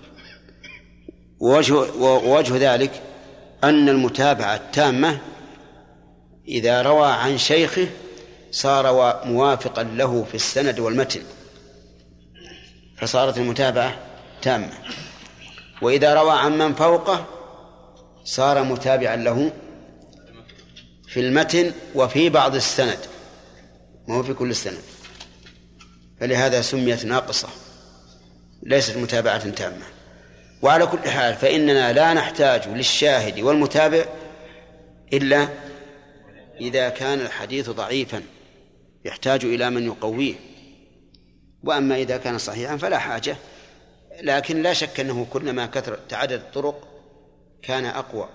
ووجه ذلك أن المتابعة التامة إذا روى عن شيخه صار موافقا له في السند والمتن، فصارت المتابعة تامة. وإذا روى عن من فوقه صار متابعا له في المتن وفي بعض السند، ما هو في كل السند، فلهذا سميت ناقصة ليست متابعة تامة. وعلى كل حال فإننا لا نحتاج للشاهد والمتابع إلا إذا كان الحديث ضعيفا يحتاج إلى من يقويه، وأما إذا كان صحيحا فلا حاجة. لكن لا شك أنه كلما كثر تعدد الطرق كان أقوى،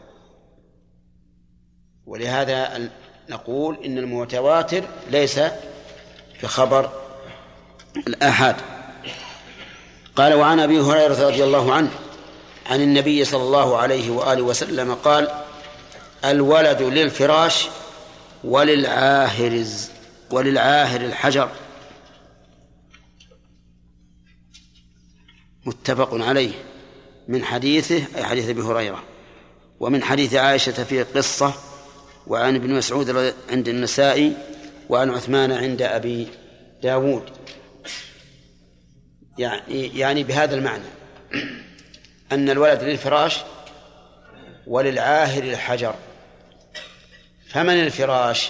ولهذا نقول إن المتواتر ليس كخبر الآحاد. قال: وعن أبي هريرة رضي الله عنه عن النبي صلى الله عليه وآله وسلم قال: الولد للفراش وللعاهر الحجر. متفق عليه، من حديثه أي حديث أبي هريرة، ومن حديث عائشة في قصة، وعن ابن مسعود عند النسائي، وعن عثمان عند أبي داود، يعني بهذا المعنى أن الولد للفراش وللعاهر الحجر. فمن الفراش؟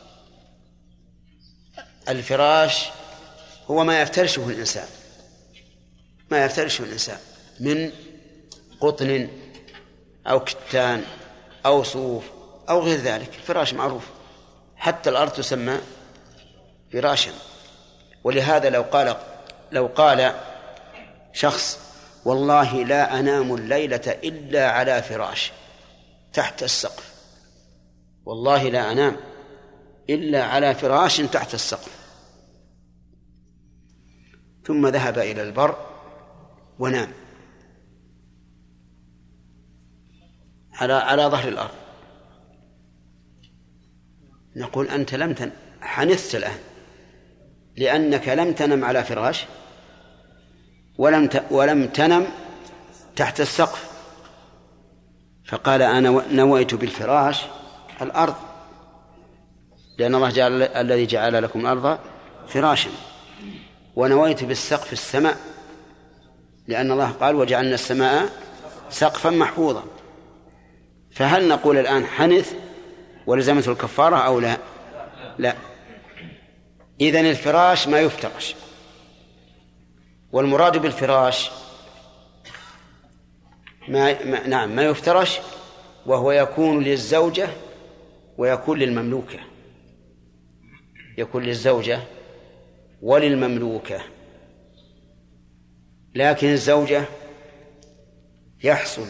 الفراش هو ما يفترشه الإنسان من قطن أو كتان أو صوف أو غير ذلك. فراش معروف، حتى الأرض تسمى فراشا. ولهذا لو قال شخص: والله لا أنام الليلة إلا على فراش تحت السقف، والله لا أنام إلا على فراش تحت السقف، ثم ذهب إلى البر ونام على ظهر الأرض، نقول: أنت لم حنثت الآن، لأنك لم تنم على فراش ولم تنم تحت السقف. فقال: أنا نويت بالفراش الأرض، لأن الله الذي جعل لكم الأرض فراشا، ونويت بالسقف السماء، لأن الله قال: وجعلنا السماء سقفا محفوظا. فهل نقول الآن حنث ولزمته الكفارة أو لا؟ لا. إذن الفراش ما يفترش، والمراد بالفراش ما يفترش، وهو يكون للزوجة ويكون للمملوكة، يكون للزوجة وللمملوكة. لكن الزوجة يحصل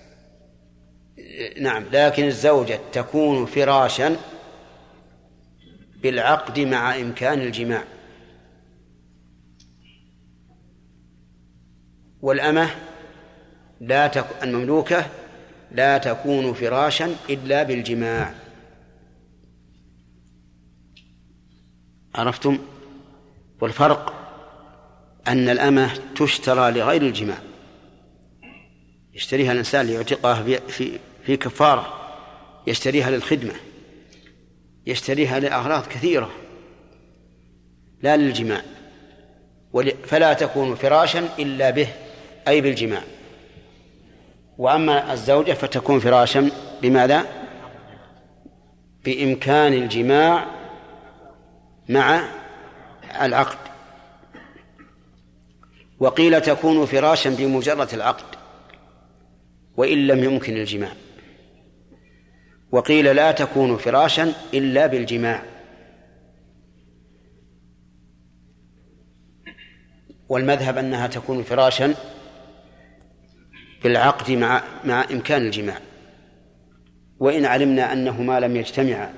لكن الزوجة تكون فراشا بالعقد مع إمكان الجماع، والأمة المملوكة لا تكون فراشا إلا بالجماع. عرفتم؟ والفرق أن الأمة تشترى لغير الجماع، يشتريها الإنسان ليعتقها في كفارة، يشتريها للخدمة، يشتريها لأغراض كثيرة لا للجماع، فلا تكون فراشا إلا به أي بالجماع. وأما الزوجة فتكون فراشا بماذا؟ بإمكان الجماع مع العقد. وقيل تكون فراشا بمجرد العقد وإن لم يمكن الجماع، وقيل لا تكون فراشا إلا بالجماع. والمذهب أنها تكون فراشا بالعقد مع إمكان الجماع، وإن علمنا أنهما لم يجتمعا.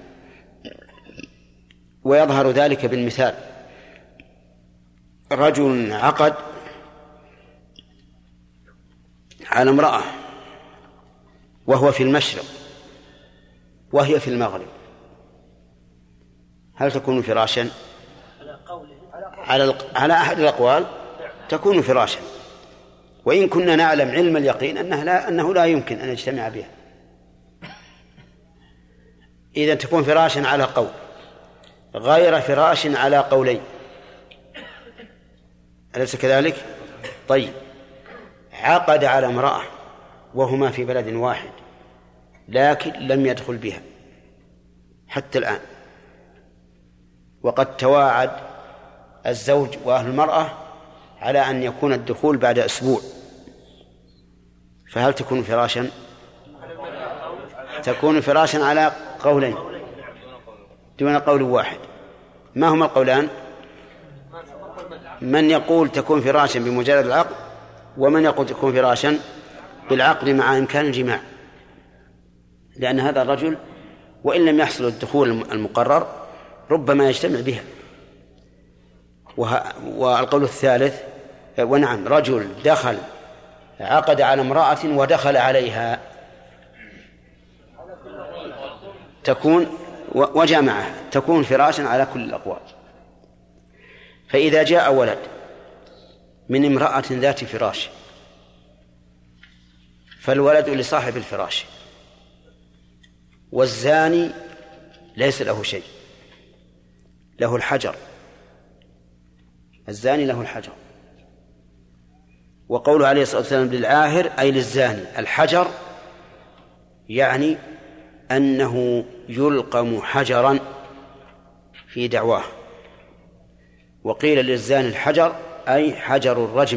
ويظهر ذلك بالمثال: رجل عقد على امرأة وهو في المشرق وهي في المغرب، هل تكون فراشا؟ على أحد الأقوال تكون فراشا، وإن كنا نعلم علم اليقين أنه لا يمكن أن يجتمع بها. إذن تكون فراشا على قول غير فراش على قولين، أليس كذلك؟ طيب، عقد على امرأة وهما في بلد واحد لكن لم يدخل بها حتى الآن، وقد تواعد الزوج وأهل المرأة على أن يكون الدخول بعد أسبوع، فهل تكون فراشا؟ تكون فراشا على قولين دون قول واحد. ما هما القولان؟ من يقول تكون فراشا بمجرد العقد، ومن يقول تكون فراشا بالعقد مع إمكان الجماع، لأن هذا الرجل وإن لم يحصل الدخول المقرر ربما يجتمع بها. والقول الثالث، ونعم، رجل دخل عقد على امرأة ودخل عليها تكون وجامعها تكون فراشا على كل الأقوال. فإذا جاء ولد من امرأة ذات فراش فالولد لصاحب الفراش، والزاني ليس له شيء، له الحجر، الزاني له الحجر. وقوله عليه الصلاة والسلام للعاهر أي للزاني الحجر، يعني أنه يلقم حجرا في دعواه. وقيل للزاني الحجر أي حجر الرجم،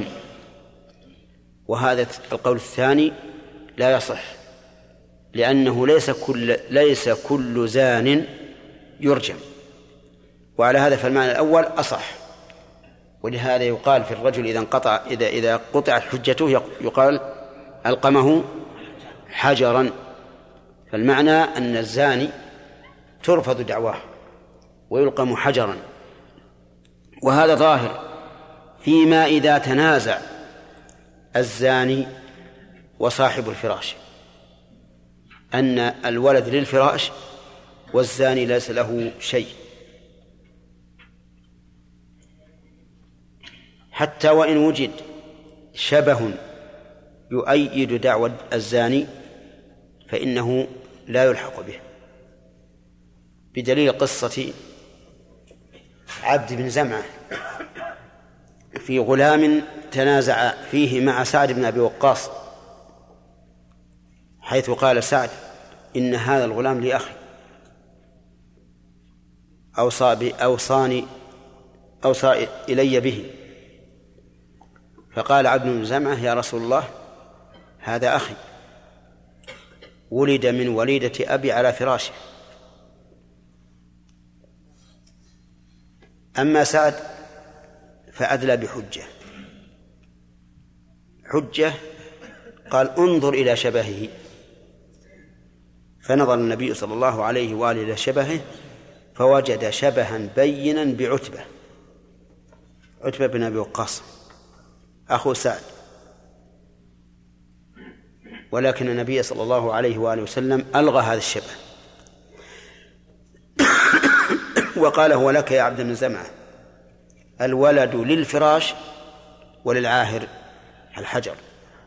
وهذا القول الثاني لا يصح، لأنه ليس كل زان يرجم، وعلى هذا فالمعنى الأول أصح. ولهذا يقال في الرجل إذا قطعت حجته يقال ألقمه حجرا، فالمعنى أن الزاني ترفض دعواه ويلقم حجرا. وهذا ظاهر فيما إذا تنازع الزاني وصاحب الفراش، أن الولد للفراش والزاني ليس له شيء، حتى وإن وجد شبه يؤيد دعوى الزاني فإنه لا يلحق به، بدليل قصة عبد بن زمعة في غلام تنازع فيه مع سعد بن أبي وقاص، حيث قال سعد إن هذا الغلام لي أخي، أوصى إلي به، فقال عبد بن زمعة يا رسول الله هذا أخي ولد من وليدة أبي على فراشه. أما سعد فأدلى بحجة قال انظر إلى شبهه، فنظر النبي صلى الله عليه وآله إلى شبهه فوجد شبها بينا عتبة بن أبي وقاص أخو سعد، ولكن النبي صلى الله عليه وآله وسلم ألغى هذا الشبه وقال هو لك يا عبد بن زمعة الولد للفراش وللعاهر الحجر.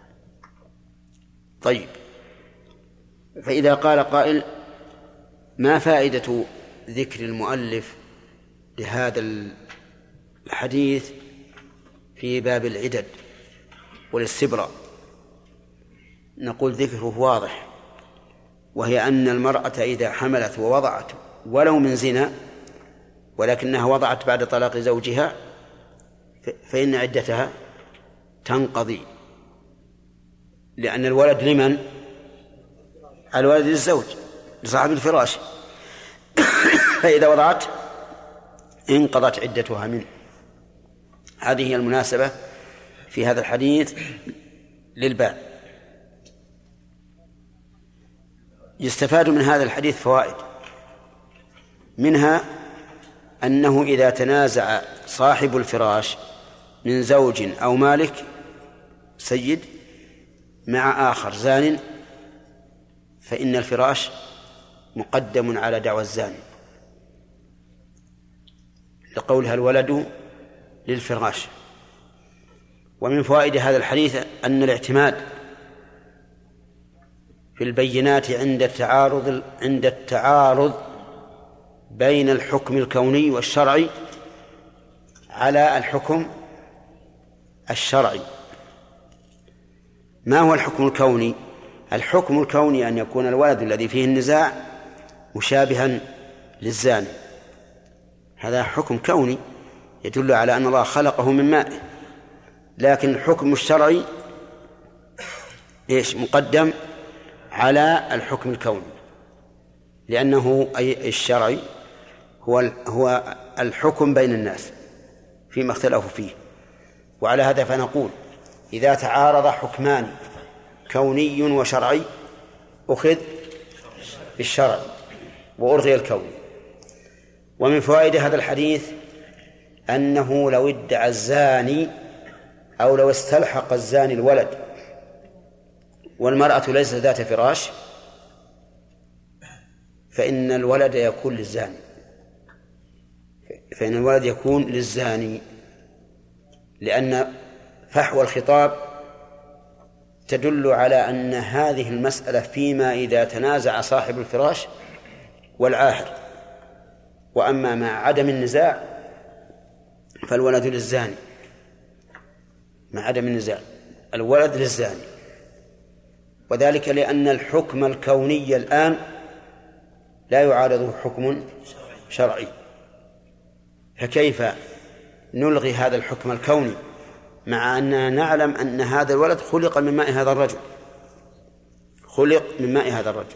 طيب، فإذا قال قائل ما فائدة ذكر المؤلف لهذا الحديث في باب العدد والاستبراء؟ نقول ذكره واضح، وهي أن المرأة إذا حملت ووضعت ولو من زنا ولكنها وضعت بعد طلاق زوجها فإن عدتها تنقضي، لأن الولد لمن؟ الولد للزوج لصاحب الفراش فإذا وضعت انقضت عدتها منه. هذه هي المناسبة في هذا الحديث للباب. يستفاد من هذا الحديث فوائد، منها أنه إذا تنازع صاحب الفراش من زوج أو مالك سيد مع آخر زان فإن الفراش مقدم على دعوى الزاني، لقولها الولد للفراش. ومن فوائد هذا الحديث أن الاعتماد في البينات عند التعارض بين الحكم الكوني والشرعي على الحكم الشرعي. ما هو الحكم الكوني؟ الحكم الكوني أن يكون الولد الذي فيه النزاع مشابها للزاني، هذا حكم كوني يدل على أن الله خلقه من ماء. لكن الحكم الشرعي مقدم على الحكم الكوني، لأنه أي الشرعي هو الحكم بين الناس فيما اختلفوا فيه. وعلى هذا فنقول إذا تعارض حكمان كوني وشرعي أخذ بالشرع وألغي الكوني. ومن فوائد هذا الحديث أنه لو ادعى الزاني أو لو استلحق الزاني الولد والمرأة ليست ذات فراش فإن الولد يكون للزاني، لأن فحوى الخطاب تدل على أن هذه المسألة فيما إذا تنازع صاحب الفراش والعاهر. وأما مع عدم النزاع فالولد للزاني، مع عدم النزاع الولد للزاني، وذلك لأن الحكم الكوني الآن لا يعارضه حكم شرعي، فكيف نلغي هذا الحكم الكوني مع أننا نعلم أن هذا الولد خلق من ماء هذا الرجل،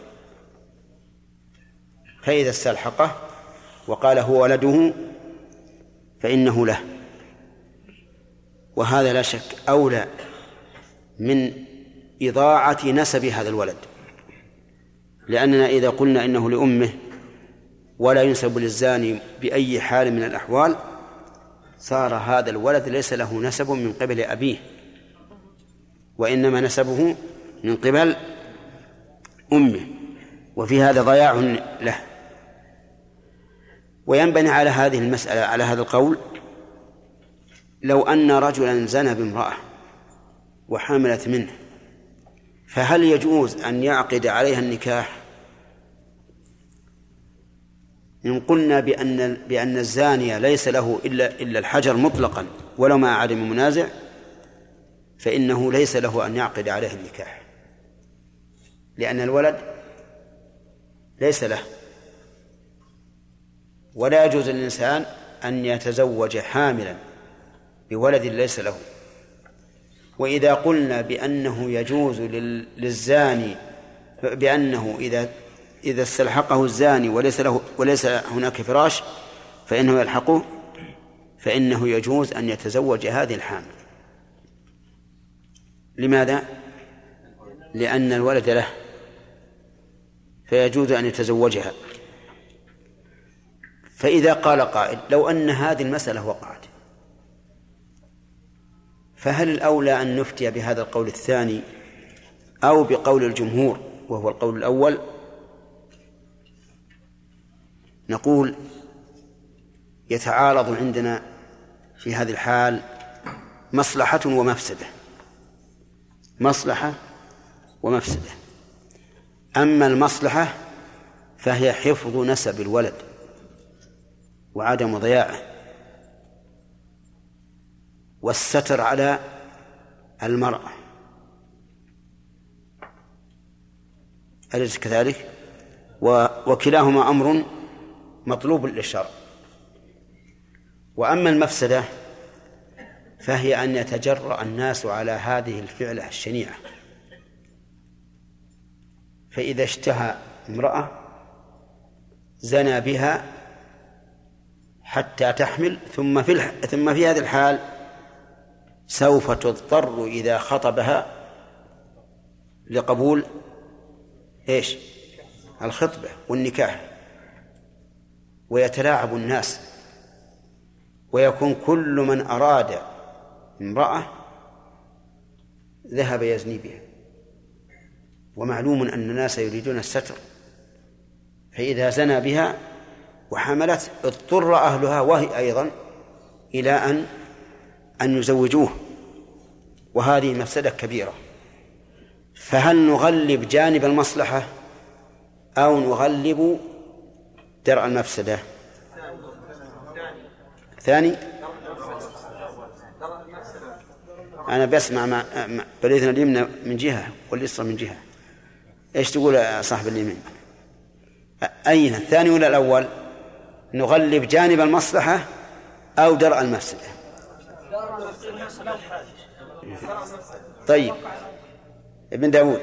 فإذا استلحقه وقال هو ولده فإنه له. وهذا لا شك أولى من إضاعة نسب هذا الولد، لأننا إذا قلنا إنه لأمه ولا ينسب للزاني بأي حال من الأحوال صار هذا الولد ليس له نسب من قبل أبيه، وإنما نسبه من قبل أمه، وفي هذا ضياع له. وينبني على هذه المسألة على هذا القول لو أن رجلا زنى بامرأة وحملت منه، فهل يجوز أن يعقد عليها النكاح؟ إن قلنا بأن الزانية ليس له إلا الحجر مطلقا ولو مع عدم منازع فإنه ليس له أن يعقد عليها النكاح، لأن الولد ليس له، ولا يجوز للإنسان أن يتزوج حاملا بولد ليس له. وإذا قلنا بأنه يجوز للزاني بأنه إذا استلحقه الزاني وليس هناك فراش فإنه يلحقه، فإنه يجوز أن يتزوج هذه الحامل. لماذا؟ لأن الولد له فيجوز أن يتزوجها. فإذا قال قائل لو أن هذه المسألة وقعت فهل الأولى أن نفتي بهذا القول الثاني أو بقول الجمهور وهو القول الأول؟ نقول يتعارض عندنا في هذه الحال مصلحة ومفسدة. أما المصلحة فهي حفظ نسب الولد وعدم ضياعه والستر على المرأة، أليس كذلك؟ وكلاهما أمر مطلوب للشرع. وأما المفسدة فهي أن يتجرأ الناس على هذه الفعلة الشنيعة، فإذا اشتهى امرأة زنى بها حتى تحمل ثم في هذه الحال سوف تضطر إذا خطبها لقبول الخطبة والنكاح، ويتلاعب الناس ويكون كل من أراد امرأة ذهب يزني بها، ومعلوم أن الناس يريدون الستر، فإذا زنى بها وحملت اضطر أهلها وهي أيضا إلى أن أن يزوجوه، وهذه مفسدة كبيرة. فهل نغلب جانب المصلحة أو نغلب درء المفسدة؟ ثاني. أنا بسمع بليتنا اليمنى من جهة واليسرى من جهة. إيش تقول صاحب اليمين؟ أين الثاني ولا الأول؟ نغلب جانب المصلحة أو درء المفسدة؟ طيب ابن داود.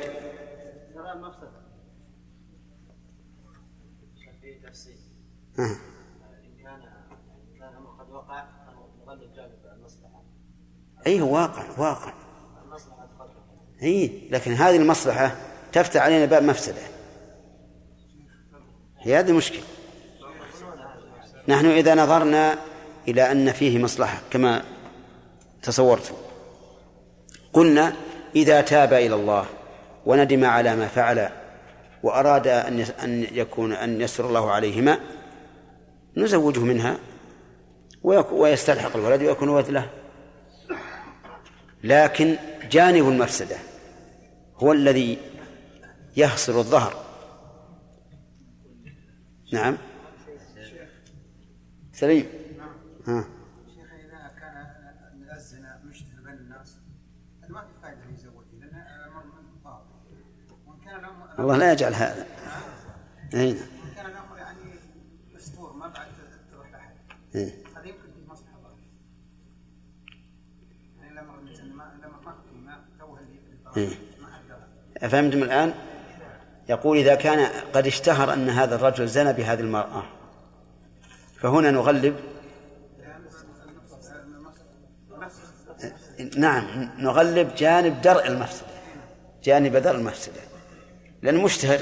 أيه واقع أيه، لكن هذه المصلحة تفتح علينا باب مفسدة، هي هذه المشكلة. نحن إذا نظرنا إلى أن فيه مصلحة كما تصورت قلنا إذا تاب إلى الله وندم على ما فعل وأراد أن يسر الله عليهما نزوجه منها ويستلحق الولد ويكون ولد له. لكن جانب المفسدة هو الذي يحصل الظهر. نعم سليم. شيخ إذا كان الزنا مشتهر بين الناس ما في فائدة يزوجه لأن الأمر من طاعة، وإن كان الله لا يجعل هذا. وإن كان الأمر يعني مستور ما بعد تروح لأحد هذا يمكن في مصلحة الله، يعني الأمر ما توه اللي أفهمتم الآن؟ يقول إذا كان قد اشتهر أن هذا الرجل زنى بهذه المرأة فهنا نغلب. نعم نغلب جانب درء المفسدة، جانب درء المفسدة لأنه مشتهر،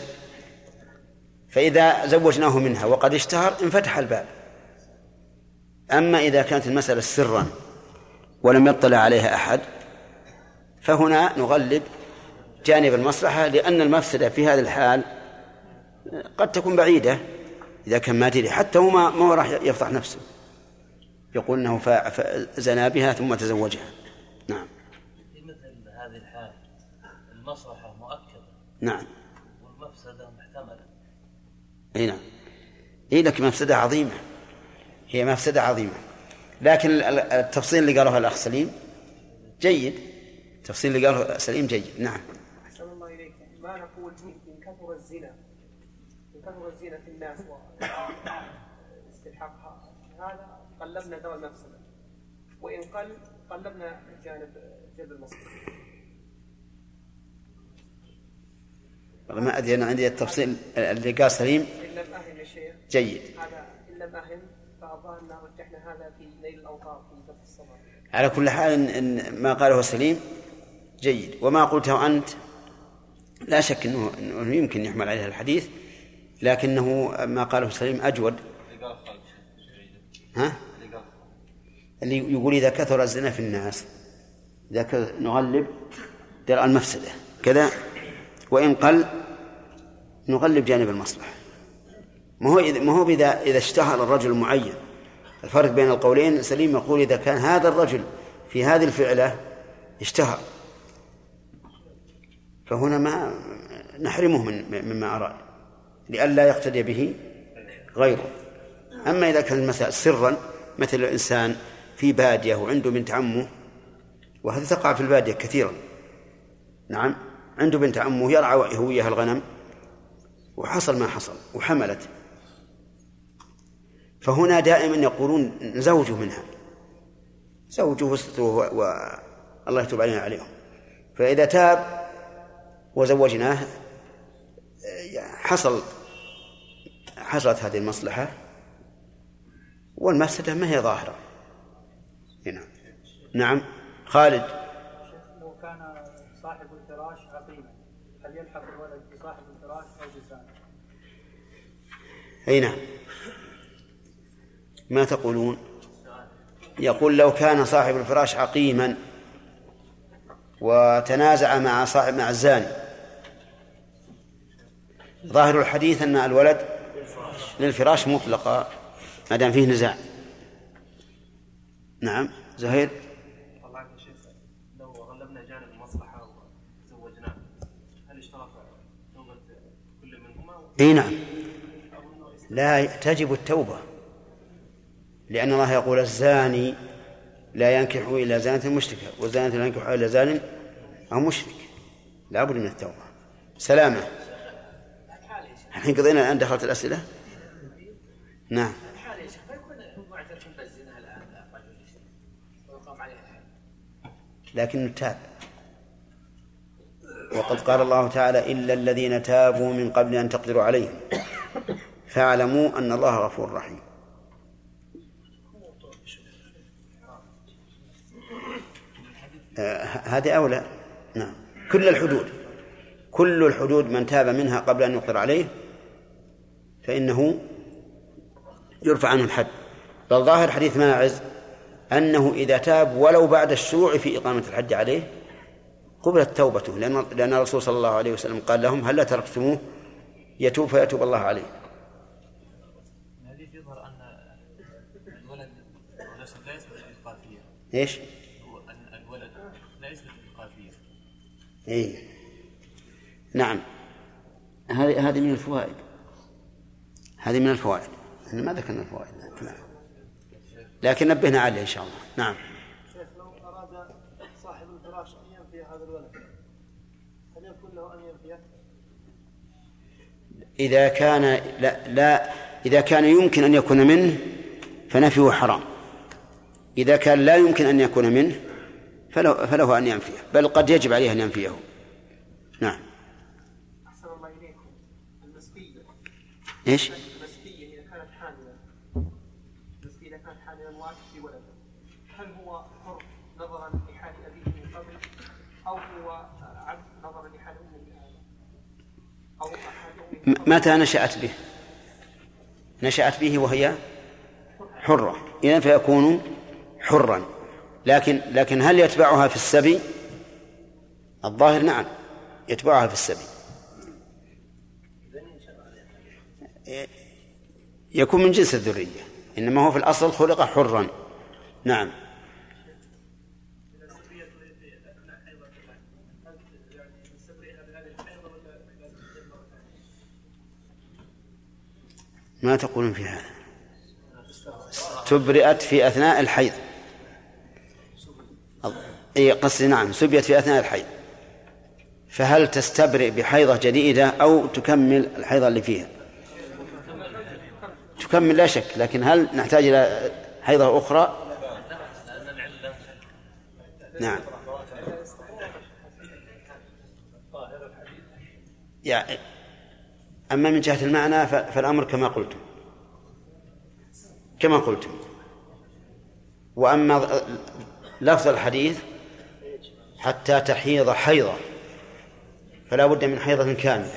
فإذا زوجناه منها وقد اشتهر انفتح الباب. أما إذا كانت المسألة سرا ولم يطلع عليها أحد فهنا نغلب جانب المصلحة، لأن المفسدة في هذا الحال قد تكون بعيدة إذا كان ما تدري، حتى هو ما راح يفضح نفسه يقول أنه زنا بها ثم تزوجها. نعم. في مثل هذه الحال المصلحة مؤكدة. نعم. والمفسدة محتملة. أي نعم. إيه لك مفسدة عظيمة، هي مفسدة عظيمة، لكن التفصيل اللي قاله الأخ سليم جيد، التفصيل اللي قاله سليم جيد. نعم. أحسن الله إليك. ما نقول إن كثر الزنا في الناس واستلحاقها هذا قلبنا دواء المفسدة، وإن قلبنا جانب المصلحة. ما أدري، أنا عندي التفصيل اللي قال سليم إن لم أهم الشيء جيد. هذا إن لم أهم فأظهر أن رجحنا هذا في نيل الأوطار في فتح الصباح. على كل حال إن ما قاله سليم جيد، وما قلته أنت لا شك أنه يمكن يحمل عليه الحديث، لكنه ما قاله سليم أجود. اللي يقول إذا كثر الزنا في الناس نغلب درء المفسدة كذا، وإن قل نغلب جانب المصلحة. ما هو إذا اشتهر الرجل المعين. الفرق بين القولين سليم يقول إذا كان هذا الرجل في هذه الفعلة اشتهر فهنا ما نحرمه مما أراد لئلا يقتدي به غيره. أما إذا كان المسألة سرا مثل الإنسان في بادية وعنده بنت عمه، وهذا تقع في البادية كثيرا، نعم عنده بنت عمه يرعى هويها الغنم وحصل ما حصل وحملت، فهنا دائما يقولون نزوجه منها، زوجه وستره والله يتوب علينا عليهم. فإذا تاب وزوجناه حصلت هذه المصلحة والمفسدة ما هي ظاهرة هنا. نعم خالد. لو كان صاحب الفراش عقيما هل يلحق الولد بصاحب الفراش أو بزانه؟ أي نعم. ما تقولون؟ يقول لو كان صاحب الفراش عقيما وتنازع مع الزاني، ظاهر الحديث أن الولد للفراش مطلقا ما دام فيه نزاع. نعم زهير. لو غلبنا جانب المصلحة وزوجناه هل اشترط توبة كل منهما؟ اي نعم، لا تجب التوبة، لأن الله يقول الزاني لا ينكح إلا زانة مشركة والزانية لا ينكح إلا زان أو مشرك، لا بد من التوبة. سلامة. الحين قضينا الآن، دخلت الأسئلة. نعم. لكن تاب، وقد قال الله تعالى إلا الذين تابوا من قبل أن تقدروا عليهم فاعلموا أن الله غفور رحيم. هذه أولى. نعم، كل الحدود من تاب منها قبل أن يقدر عليه فإنه يرفع عنه الحد. بل ظاهر حديث ماعز أنه إذا تاب ولو بعد الشروع في إقامة الحد عليه قبلت توبته، لأن الرسول صلى الله عليه وسلم قال لهم هل لا تركتموه يتوب فيتوب الله عليه. هذه يظهر أن الولد لا يثبت الإيقافية. إيش؟ أن الولد لا يثبت الإيقافية. إيه نعم، هذه من الفوائد، هذه من الفوائد. إحنا ما ذكرنا الفوائد لكن نبهنا عليه إن شاء الله. نعم. شيخ، لو أراد صاحب الفراش أن ينفي هذا الولد هل يكون له أن ينفيه؟ إذا كان يمكن أن يكون منه فنفيه حرام، إذا كان لا يمكن أن يكون منه فله أن ينفيه، بل قد يجب عليه أن ينفيه. نعم. أحسن الله إليكم. المسبية إيش؟ المسبية إذا كانت حاملا، المسبية إذا كانت حاملا واحد في ولد، هل هو حر نظرا لحال أبيه من قبل، أو هو عبد نظرا لحال أمه، أو أحد متى نشأت به وهي حرة، إذن فيكون حرا. لكن هل يتبعها في السبي؟ الظاهر نعم يتبعها في السبي، يكون من جنس الذرية، إنما هو في الأصل خلق حرا. نعم. ما تقولون في هذا؟ تبرئت في أثناء الحيض. قصدي نعم، سبيت في أثناء الحيض، فهل تستبرئ بحيضة جديدة أو تكمل الحيضة اللي فيها؟ تكمل لا شك، لكن هل نحتاج إلى حيضة أخرى؟ نعم. يعني أما من جهة المعنى فالأمر كما قلتم. وأما لفظ الحديث حتى تحيض حيضة فلا بد من حيضة كاملة،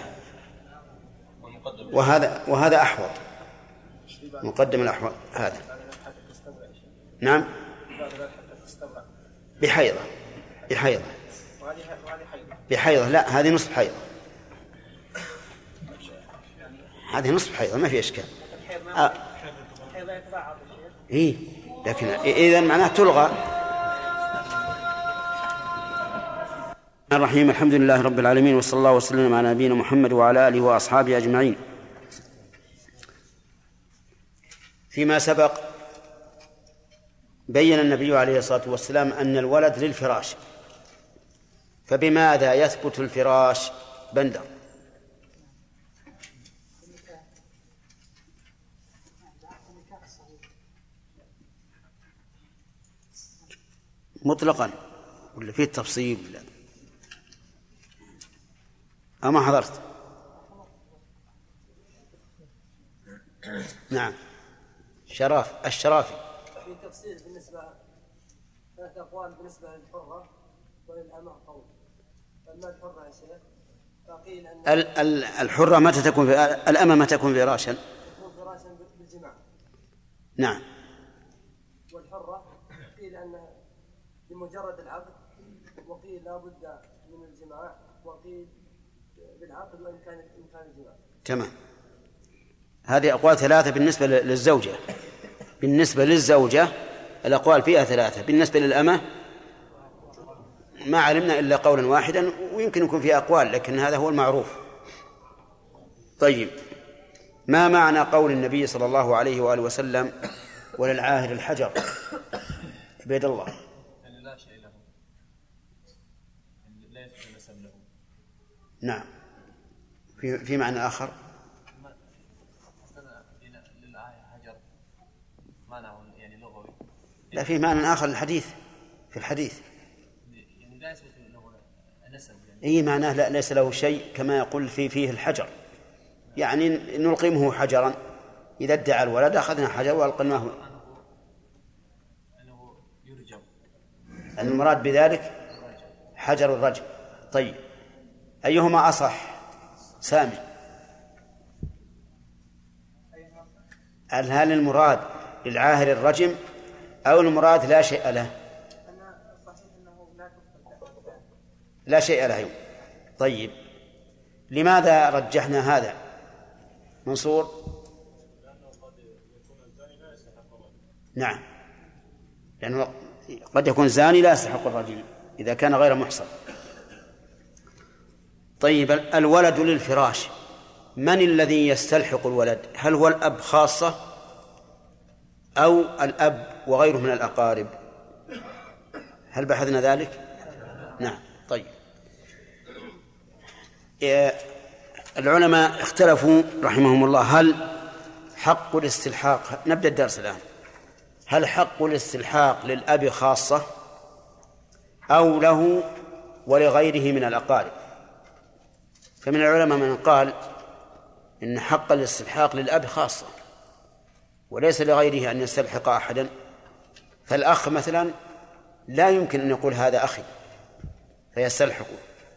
وهذا أحوط، مقدم الأحوط هذا. نعم، بحيضة لا، هذه نصف حيضة، هذه نصف حيضة ما في إشكال. إيه، لكن إذن معناه تلغى. الرحيم. الحمد لله رب العالمين، وصلى الله وسلم على نبينا محمد وعلى آله وأصحابه أجمعين. فيما سبق بين النبي عليه الصلاة والسلام أن الولد للفراش، فبماذا يثبت الفراش بندر؟ مطلقا ولا فيه تفصيل؟ أما حضرت؟ نعم. الشرافي في تفصيل بالنسبة 3 أقوال بالنسبة للحرة وللأمة قول. أما الحرة يا شيخ فقيل أن الحرة متى تكون الأمة متى تكون فراشا؟ تكون فراشا بالجماع. نعم. والحرة قيل أن بمجرد العقد، وقيل لا بد من الجماع، وقيل بالعقد وإن كان الجماع. تمام. هذه أقوال 3 بالنسبة للزوجة. بالنسبة للزوجة الأقوال فيها 3. بالنسبة للأمة ما علمنا إلا قولا واحدا، ويمكن يكون فيه أقوال، لكن هذا هو المعروف. طيب، ما معنى قول النبي صلى الله عليه وآله وسلم وللعاهر الحجر؟ عبيد الله. يعني لا شيء له، لا يثبت نسب له. نعم. في معنى آخر. للعاهر حجر معنى يعني لغوي. لا، في معنى آخر للحديث، في الحديث يعني لا يثبت له نسب يعني. أي معناه لا، ليس له شيء، كما يقول فيه الحجر، يعني نلقمه حجرا، إذا ادعى الولد أخذنا حجر وألقناه. أنه يرجم. المراد بذلك حجر الرجم. طيب، أيهما أصح؟ سامي، هل المراد للعاهر الرجم أو المراد لا شيء له؟ لا شيء له. طيب، لماذا رجحنا هذا منصور؟ نعم، لأنه قد يكون الزاني لا يستحق الرجم إذا كان غير محصن. طيب، الولد للفراش، من الذي يستلحق الولد؟ هل هو الأب خاصة أو الأب وغيره من الأقارب؟ هل بحثنا ذلك؟ نعم. طيب، العلماء اختلفوا رحمهم الله، هل حق الاستلحاق، نبدأ الدرس الآن، هل حق الاستلحاق للأب خاصة أو له ولغيره من الأقارب؟ فمن العلماء من قال إن حق الاستلحاق للأب خاصة وليس لغيره أن يستلحق أحدا. فالأخ مثلا لا يمكن أن يقول هذا أخي فيستلحقه،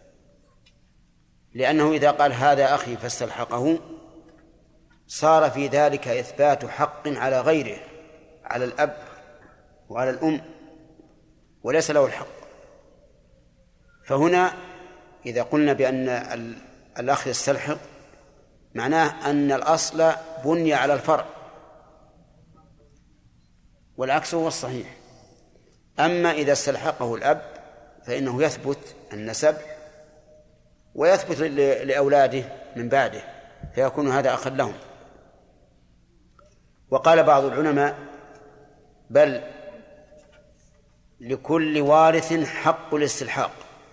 لأنه إذا قال هذا أخي فاستلحقه صار في ذلك إثبات حق على غيره، على الأب وعلى الأم، وليس له الحق. فهنا إذا قلنا بأن الأخ يستلحق معناه أن الأصل بني على الفرع، والعكس هو الصحيح. أما إذا استلحقه الأب فإنه يثبت النسب ويثبت لأولاده من بعده، فيكون هذا أخا لهم. وقال بعض العلماء بل لكل وارث حق الاستلحاق،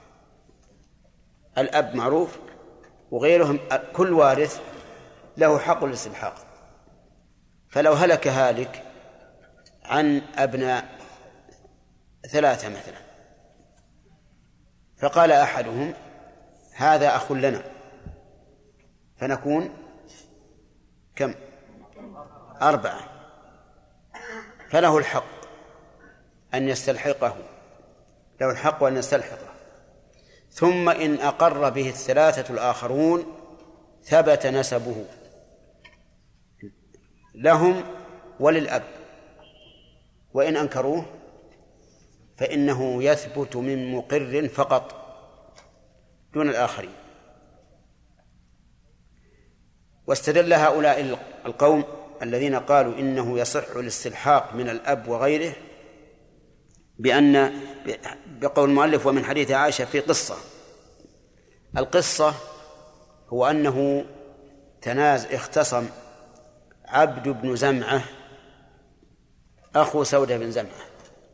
الأب معروف وغيرهم كل وارث له حق الاستلحاق. فلو هلك هالك عن أبناء 3 مثلا، فقال أحدهم هذا أخ لنا، فنكون كم؟ 4، فله الحق أن يستلحقه، له الحق أن يستلحقه. ثم إن أقر به 3 الآخرون ثبت نسبه لهم وللأب، وإن أنكروه فإنه يثبت من مقر فقط دون الآخرين. واستدل هؤلاء القوم الذين قالوا إنه يصح الاستلحاق من الأب وغيره بقول المؤلف ومن حديث عائشة في قصة. القصة هو أنه اختصم عبد بن زمعة أخو سودة بن زمعة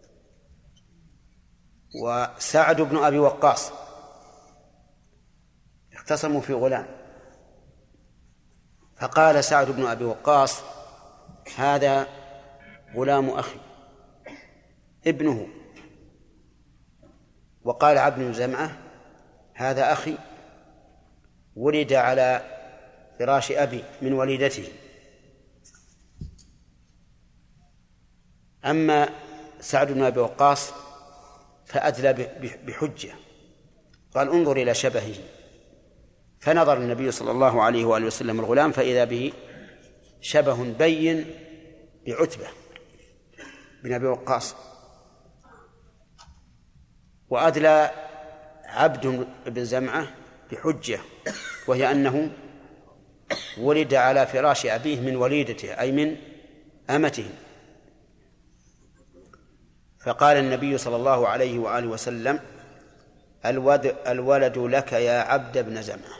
وسعد بن أبي وقاص، اختصموا في غلام، فقال سعد بن أبي وقاص هذا غلام أخي ابنه، وقال عبد بن زمعة هذا أخي ولد على فراش أبي من وليدته. أما سعد بن أبي وقاص فأدلى بحجة، قال انظر إلى شبهه، فنظر النبي صلى الله عليه وآله وسلم الغلام فإذا به شبه بين بعتبة بن أبي وقاص. وأدلى عبد بن زمعة بحجة، وهي أنه ولد على فراش أبيه من وليدته أي من أمته. فقال النبي صلى الله عليه وآله وسلم الولد لك يا عبد بن زمعة،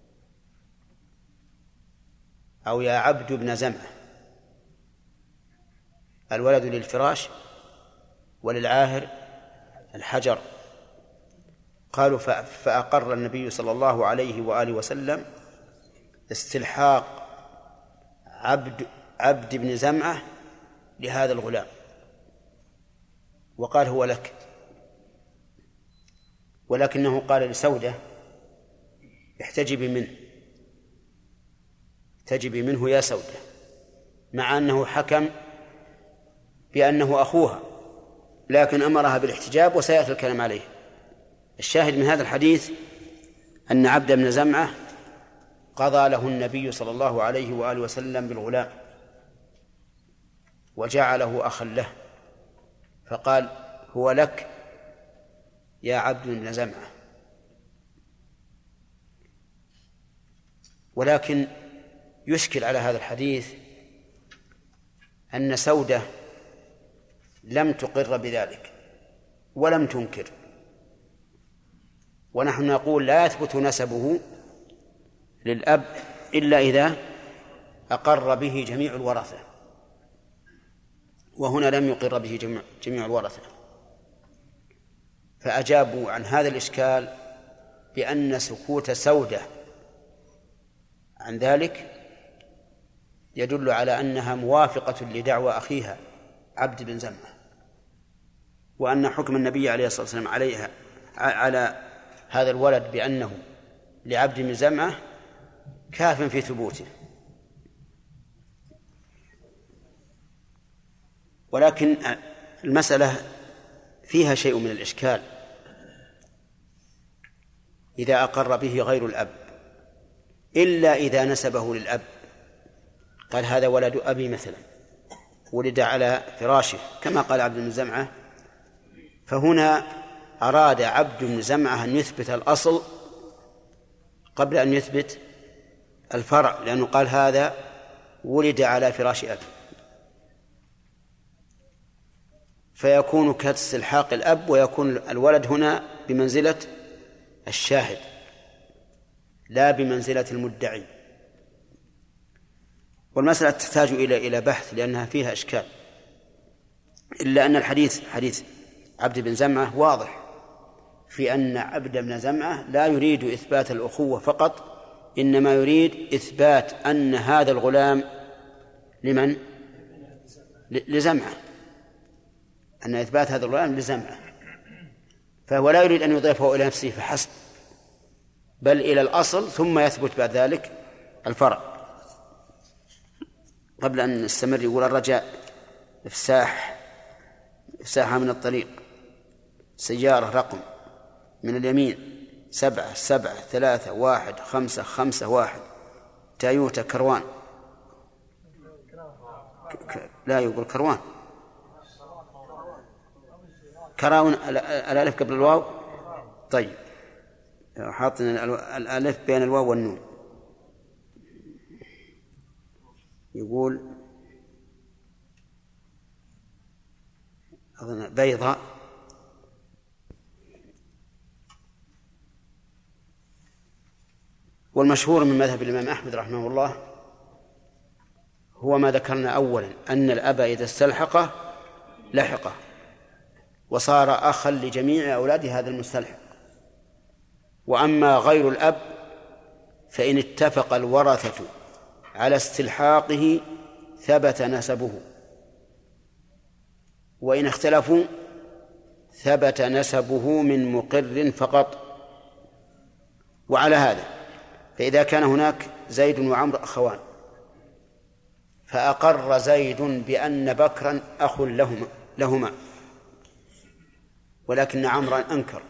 أو يا عبد بن زمعة. الولد للفراش وللعاهر الحجر. قالوا فأقر النبي صلى الله عليه وآله وسلم استلحاق عبد بن زمعة لهذا الغلام، وقال هو لك. ولكنه قال لسودة احتجبي منه يا سودة، مع أنه حكم بأنه أخوها، لكن أمرها بالاحتجاب وسيأتي الكلام عليه. الشاهد من هذا الحديث أن عبد بن زمعة قضى له النبي صلى الله عليه وآله وسلم بالغلام وجعله أخا له، فقال هو لك يا عبد بن زمعة. ولكن يشكل على هذا الحديث أن سودة لم تقر بذلك ولم تنكر، ونحن نقول لا يثبت نسبه للأب إلا إذا أقر به جميع الورثة، وهنا لم يقر به جميع الورثة. فأجابوا عن هذا الإشكال بأن سكوت سودة عن ذلك يدل على أنها موافقة لدعوى أخيها عبد بن زمعة، وأن حكم النبي عليه الصلاة والسلام على هذا الولد بأنه لعبد بن زمعة كاف في ثبوته. ولكن المسألة فيها شيء من الإشكال إذا أقر به غير الأب، إلا إذا نسبه للأب، قال هذا ولد أبي مثلا، ولد على فراشه كما قال عبد بن زمعة، فهنا أراد عبد بن زمعة أن يثبت الأصل قبل أن يثبت الفرع، لأنه قال هذا ولد على فراش أبي، فيكون كاستلحاق الأب، ويكون الولد هنا بمنزلة الشاهد لا بمنزلة المدعي. والمسألة تحتاج إلى بحث لأنها فيها إشكال، إلا أن الحديث حديث عبد بن زمعة واضح في أن عبد بن زمعة لا يريد إثبات الأخوة فقط، إنما يريد إثبات أن هذا الغلام لمن؟ لزمعة، أن إثبات هذا الغلام لزمعة، فهو لا يريد أن يضيفه إلى نفسه فحسب، بل إلى الأصل، ثم يثبت بعد ذلك الفرع. قبل أن نستمر يقول الرجاء إفساحها من الطريق، سيارة رقم من اليمين 7731551 تايوتا كروان. لا يقول كروان، كراون الألف قبل الواو. طيب حاطنا الألف بين الواو والنون. يقول أظن بيضاء، والمشهور من مذهب الإمام أحمد رحمه الله هو ما ذكرنا أولا، أن الأب إذا استلحقه لحقه وصار أخا لجميع أولاد هذا المستلحق. وأما غير الأب فإن اتفق الورثة على استلحاقه ثبت نسبه، وإن اختلفوا ثبت نسبه من مقر فقط. وعلى هذا فإذا كان هناك زيد وعمر أخوان، فأقر زيد بأن بكرا أخ لهما ولكن عمرا أنكر،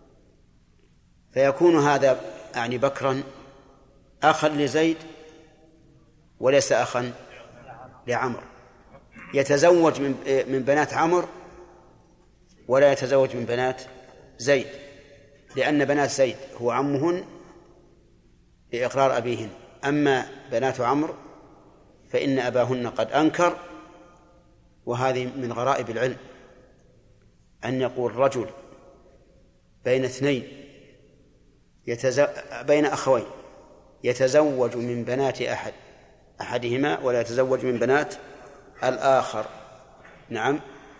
فيكون هذا يعني بكرا أخا لزيد وليس أخا لعمر، يتزوج من بنات عمر ولا يتزوج من بنات زيد، لأن بنات زيد هو عمهن بإقرار أبيهن، أما بنات عمر فإن أباهن قد أنكر. وهذه من غرائب العلم أن يقول رجل بين اثنين بين أخوين يتزوج من بنات أحدهما ولا يتزوج من بنات الآخر. نعم.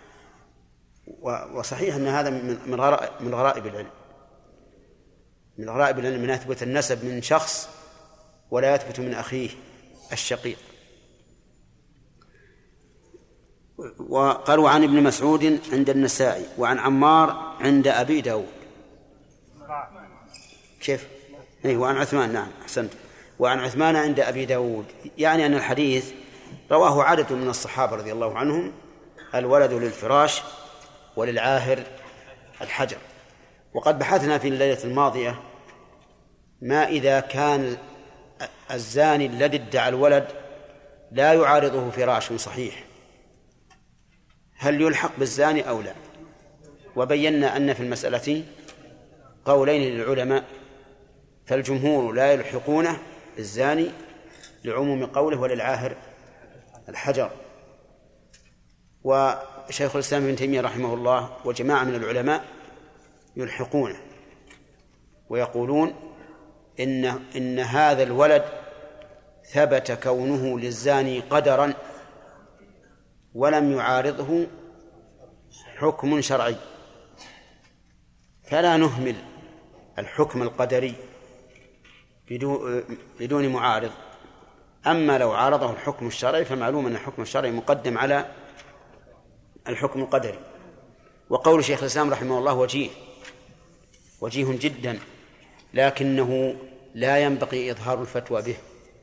وصحيح أن هذا من غرائب العلم، من غرائب العلم أن يثبت النسب من شخص ولا يثبت من أخيه الشقيق. وقالوا عن ابن مسعود عند النسائي وعن عمار عند أبي داود. كيف؟ وعن عثمان. نعم أحسنت. وعن عثمان عند أبي داود، يعني أن الحديث رواه عدد من الصحابة رضي الله عنهم: الولد للفراش وللعاهر الحجر. وقد بحثنا في الليلة الماضية ما إذا كان الزاني الذي ادعى الولد لا يعارضه فراش صحيح، هل يلحق بالزاني أو لا؟ وبينا أن في المسألة قولين للعلماء، فالجمهور لا يلحقونه بالزاني لعموم قوله وللعاهر الحجر. وشيخ الإسلام ابن تيمية رحمه الله وجماعة من العلماء يلحقونه ويقولون إن هذا الولد ثبت كونه للزاني قدرا ولم يعارضه حكم شرعي، فلا نهمل الحكم القدري بدون معارض. أما لو عارضه الحكم الشرعي فمعلوم أن الحكم الشرعي مقدم على الحكم القدري. وقول شيخ الإسلام رحمه الله وجيه جدا، لكنه لا ينبغي إظهار الفتوى به،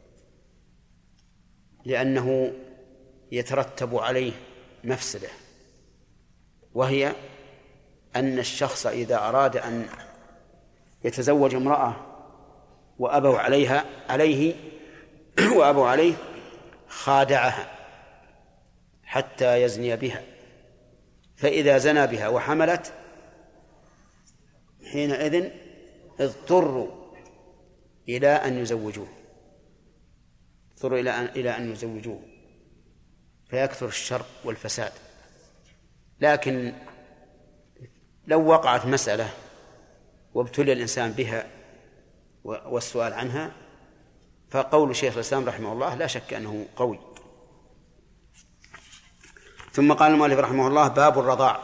لأنه يترتب عليه مفسدة، وهي أن الشخص إذا أراد أن يتزوج امرأة وأبوا عليه خادعها حتى يزني بها، فإذا زنى بها وحملت حينئذ اضطروا إلى أن يزوجوه، فيكثر الشر والفساد. لكن لو وقعت مسألة وابتلي الإنسان بها والسؤال عنها فقول شيخ الإسلام رحمه الله لا شك أنه قوي. ثم قال المؤلف رحمه الله: باب الرضاع.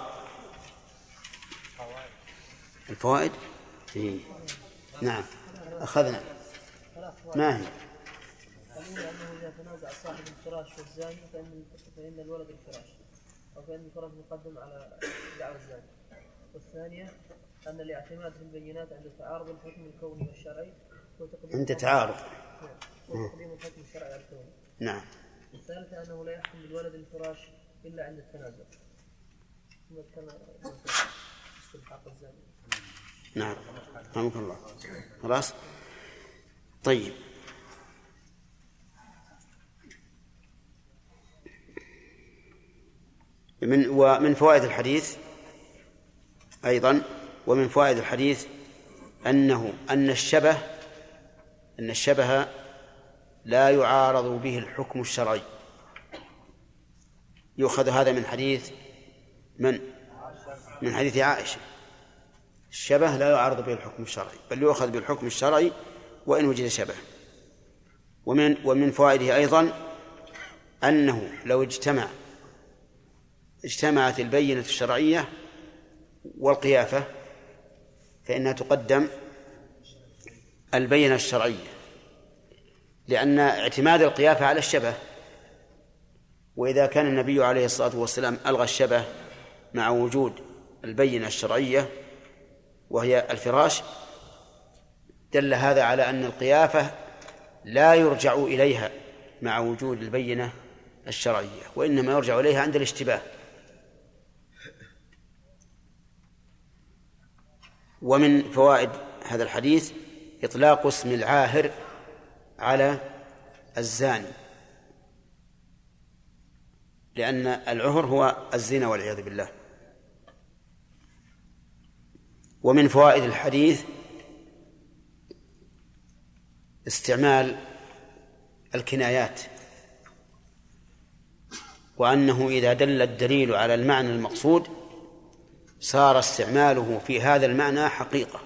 الفوائد نعم أخذنا. ما هي؟ الأولى أنه إذا تنازع صاحب الفراش والزاني فإن الولد الفراش، أو فإن الفراش مقدم على دعوى الزاني. والثانية أن الاعتماد في البينات عند تعارض الحكم الكوني والشرعي عند تعارض وتقديم الحكم الشرعي على الكوني. نعم. الثالثة أنه لا يحكم بالولد الفراش إلا عند التنازع. ثم كان استلحاق الزاني. نعم رحمك الله. خلاص. طيب، ومن فوائد الحديث أيضا، ومن فوائد الحديث أن الشبه لا يعارض به الحكم الشرعي. يؤخذ هذا من حديث من حديث عائشة: الشبه لا يعارض به الحكم الشرعي، بل يؤخذ بالحكم الشرعي وإن وجد شبه. ومن فوائده أيضا أنه لو اجتمعت البينة الشرعية والقيافة فإنها تقدم البينة الشرعية، لأن اعتماد القيافة على الشبه، وإذا كان النبي عليه الصلاة والسلام ألغى الشبه مع وجود البينة الشرعية وهي الفراش، دل هذا على أن القيافة لا يرجع إليها مع وجود البينة الشرعية، وإنما يرجع إليها عند الاشتباه. ومن فوائد هذا الحديث إطلاق اسم العاهر على الزاني، لأن العهر هو الزنا والعياذ بالله. ومن فوائد الحديث استعمال الكنايات، وأنه إذا دل الدليل على المعنى المقصود صار استعماله في هذا المعنى حقيقة،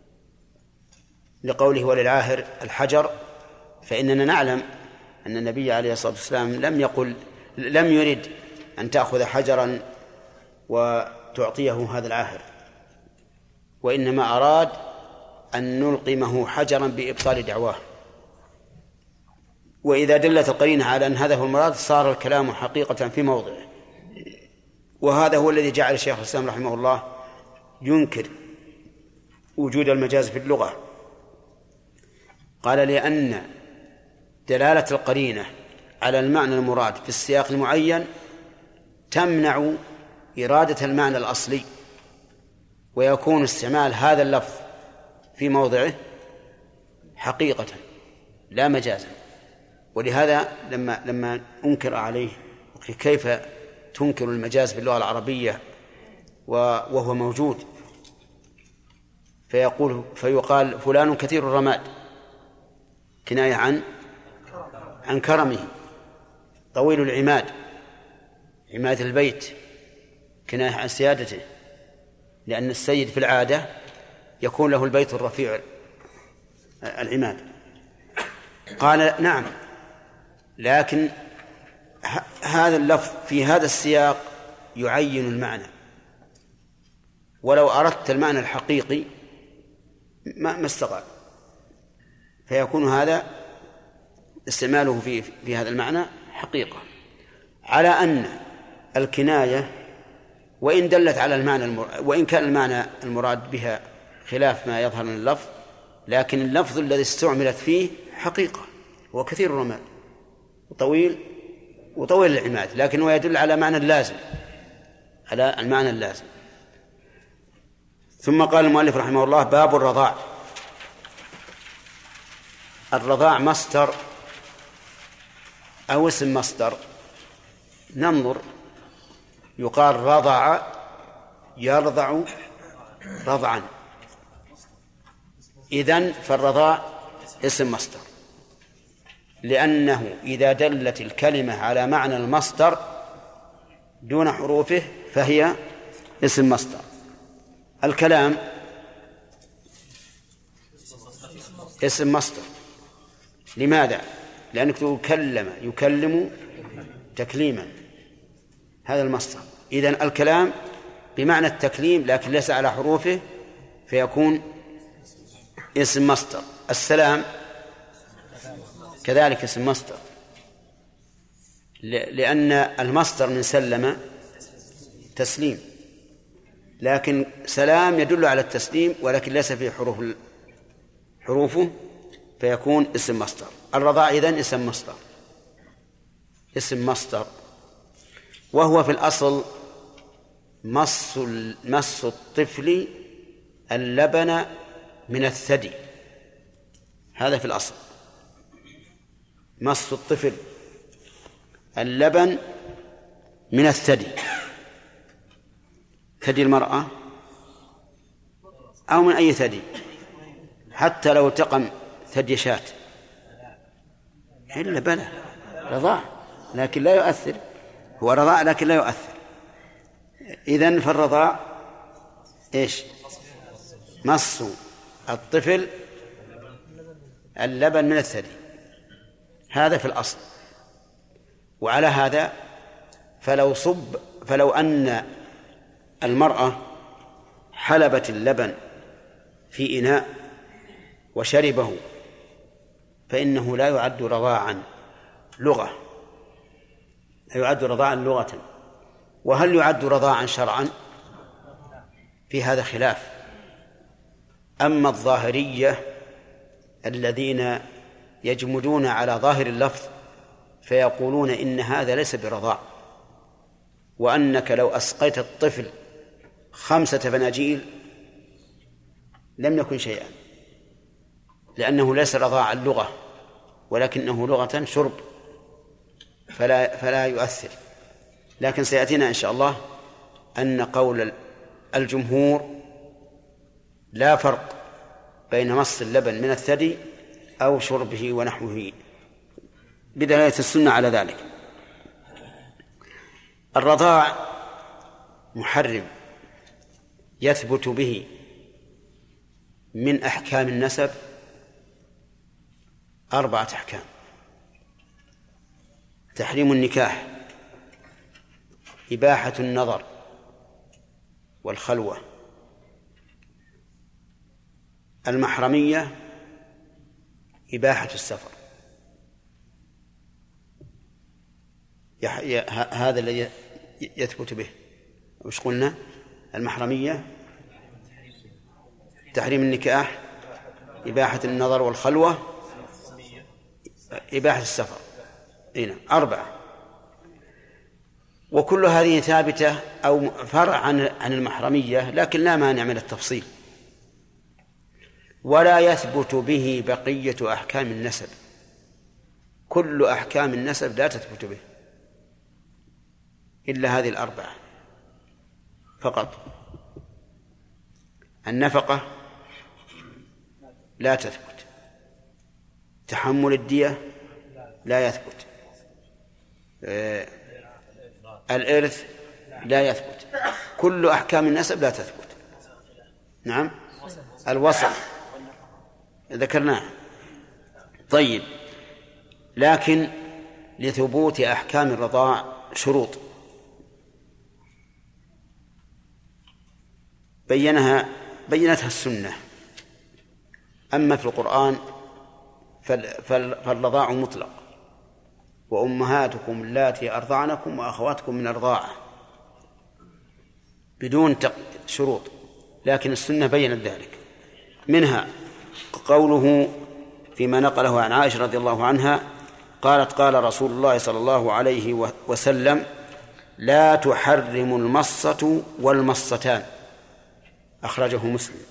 لقوله وللعاهر الحجر، فإننا نعلم أن النبي عليه الصلاة والسلام لم يرد أن تأخذ حجرا وتعطيه هذا العاهر، وإنما أراد أن نلقمه حجرا بإبطال دعواه. وإذا دلت القرينة على أن هذا هو المراد صار الكلام حقيقة في موضعه. وهذا هو الذي جعل الشيخ الإسلام رحمه الله ينكر وجود المجاز في اللغة. قال لأن دلالة القرينة على المعنى المراد في السياق المعين تمنع إرادة المعنى الأصلي، ويكون استعمال هذا اللفظ في موضعه حقيقة لا مجازا. ولهذا لما أنكر عليه كيف تنكر المجاز في اللغة العربية وهو موجود، فيقال فلان كثير الرماد كناية عن كرمه، طويل العماد عماد البيت كناية عن سيادته، لأن السيد في العادة يكون له البيت الرفيع العماد. قال نعم، لكن هذا اللفظ في هذا السياق يعين المعنى، ولو أردت المعنى الحقيقي ما استطاع، فيكون هذا استعماله في هذا المعنى حقيقة. على أن الكناية وإن دلت على المعنى وإن كان المعنى المراد بها خلاف ما يظهر من اللفظ، لكن اللفظ الذي استعملت فيه حقيقة، هو كثير الرماد وطويل العماد، لكنه يدل على معنى اللازم، على المعنى اللازم. ثم قال المؤلف رحمه الله: باب الرضاع. الرضاع مصدر أو اسم مصدر؟ ننظر. يقال رضع يرضع رضعا، إذن فالرضاع اسم مصدر، لأنه إذا دلت الكلمة على معنى المصدر دون حروفه فهي اسم مصدر. الكلام اسم مصدر. لماذا؟ لأنك تكلم يكلم تكليما، هذا المصدر. إذن الكلام بمعنى التكليم لكن ليس على حروفه فيكون اسم مصدر. السلام كذلك اسم مصدر، لأن المصدر من سلم تسليم، لكن سلام يدل على التسليم ولكن ليس في حروفه فيكون اسم مصدر. الرضاع إذن اسم مصدر، وهو في الأصل مص الطفل اللبن من الثدي. هذا في الأصل مص الطفل اللبن من الثدي، ثدي المرأة أو من أي ثدي، حتى لو تقم ثدي شاة إلا بلى رضاع لكن لا يؤثر، هو رضاع لكن لا يؤثر. إذن فالرضاع إيش؟ مص الطفل اللبن من الثدي، هذا في الأصل. وعلى هذا فلو أن المرأة حلبت اللبن في إناء وشربه فإنه لا يعد رضاعا لغة، لا يعد رضاعا لغة. وهل يعد رضاعا شرعا؟ في هذا خلاف. أما الظاهرية الذين يجمدون على ظاهر اللفظ فيقولون إن هذا ليس برضاع، وأنك لو أسقيت الطفل 5 فناجيل لم يكن شيئا، لأنه ليس رضاعا اللغة ولكنه لغة شرب فلا يؤثر. لكن سيأتينا إن شاء الله أن قول الجمهور لا فرق بين مص اللبن من الثدي أو شربه ونحوه بدلالة السنة على ذلك. الرضاع محرم يثبت به من أحكام النسب 4 أحكام: تحريم النكاح، إباحة النظر والخلوة، المحرمية، إباحة السفر. هذا الذي يثبت به. وش قلنا؟ المحرمية، تحريم النكاح، إباحة النظر والخلوة، إباحة السفر. هنا 4. وكل هذه ثابتة أو فرع عن المحرمية، لكن لا مانع من التفصيل. ولا يثبت به بقية أحكام النسب، كل أحكام النسب لا تثبت به إلا هذه 4 فقط. النفقة لا تثبت، تحمل الدية لا يثبت، الإرث لا يثبت، كل أحكام النسب لا تثبت. نعم، الوصل ذكرناه. طيب، لكن لثبوت أحكام الرضاع شروط بينتها السنة. أما في القرآن فالرضاع مطلق: وأمهاتكم اللاتي أرضعنكم وأخواتكم من الرضاعة، بدون شروط. لكن السنة بينت ذلك. منها قوله فيما نقله عن عائشة رضي الله عنها قالت: قال رسول الله صلى الله عليه وسلم: لا تحرم المصة والمصتان. أخرجه مسلم.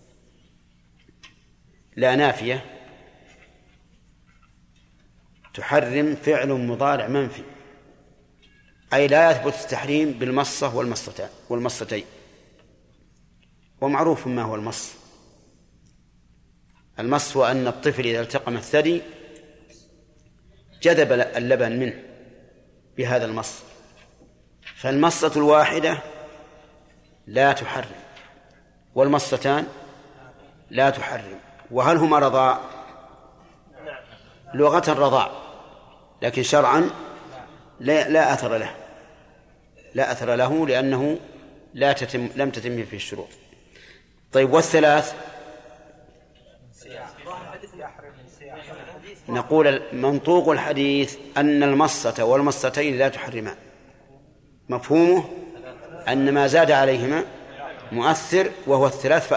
لا نافية، تحرم فعل مضارع منفي، أي لا يثبت التحريم بالمصة والمصتين. ومعروف ما هو المص. المص هو أن الطفل إذا التقم الثدي جذب اللبن منه بهذا المص، فالمصة الواحدة لا تحرم والمصتان لا تحرم. وهل هما رضاع؟ لغة رضاع، لكن شرعا لا أثر له، لا أثر له لأنه لم تتم فيه الشروط. طيب، والثلاث؟ نقول منطوق الحديث أن المصة والمصتين لا تحرمان، مفهومه أن ما زاد عليهما مؤثر، وهو الثلاث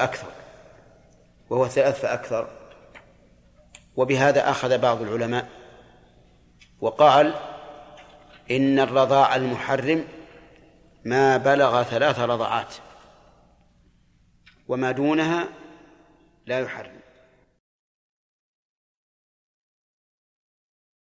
فأكثر. وبهذا أخذ بعض العلماء وقال إن الرضاع المحرم ما بلغ 3 رضعات، وما دونها لا يحرم.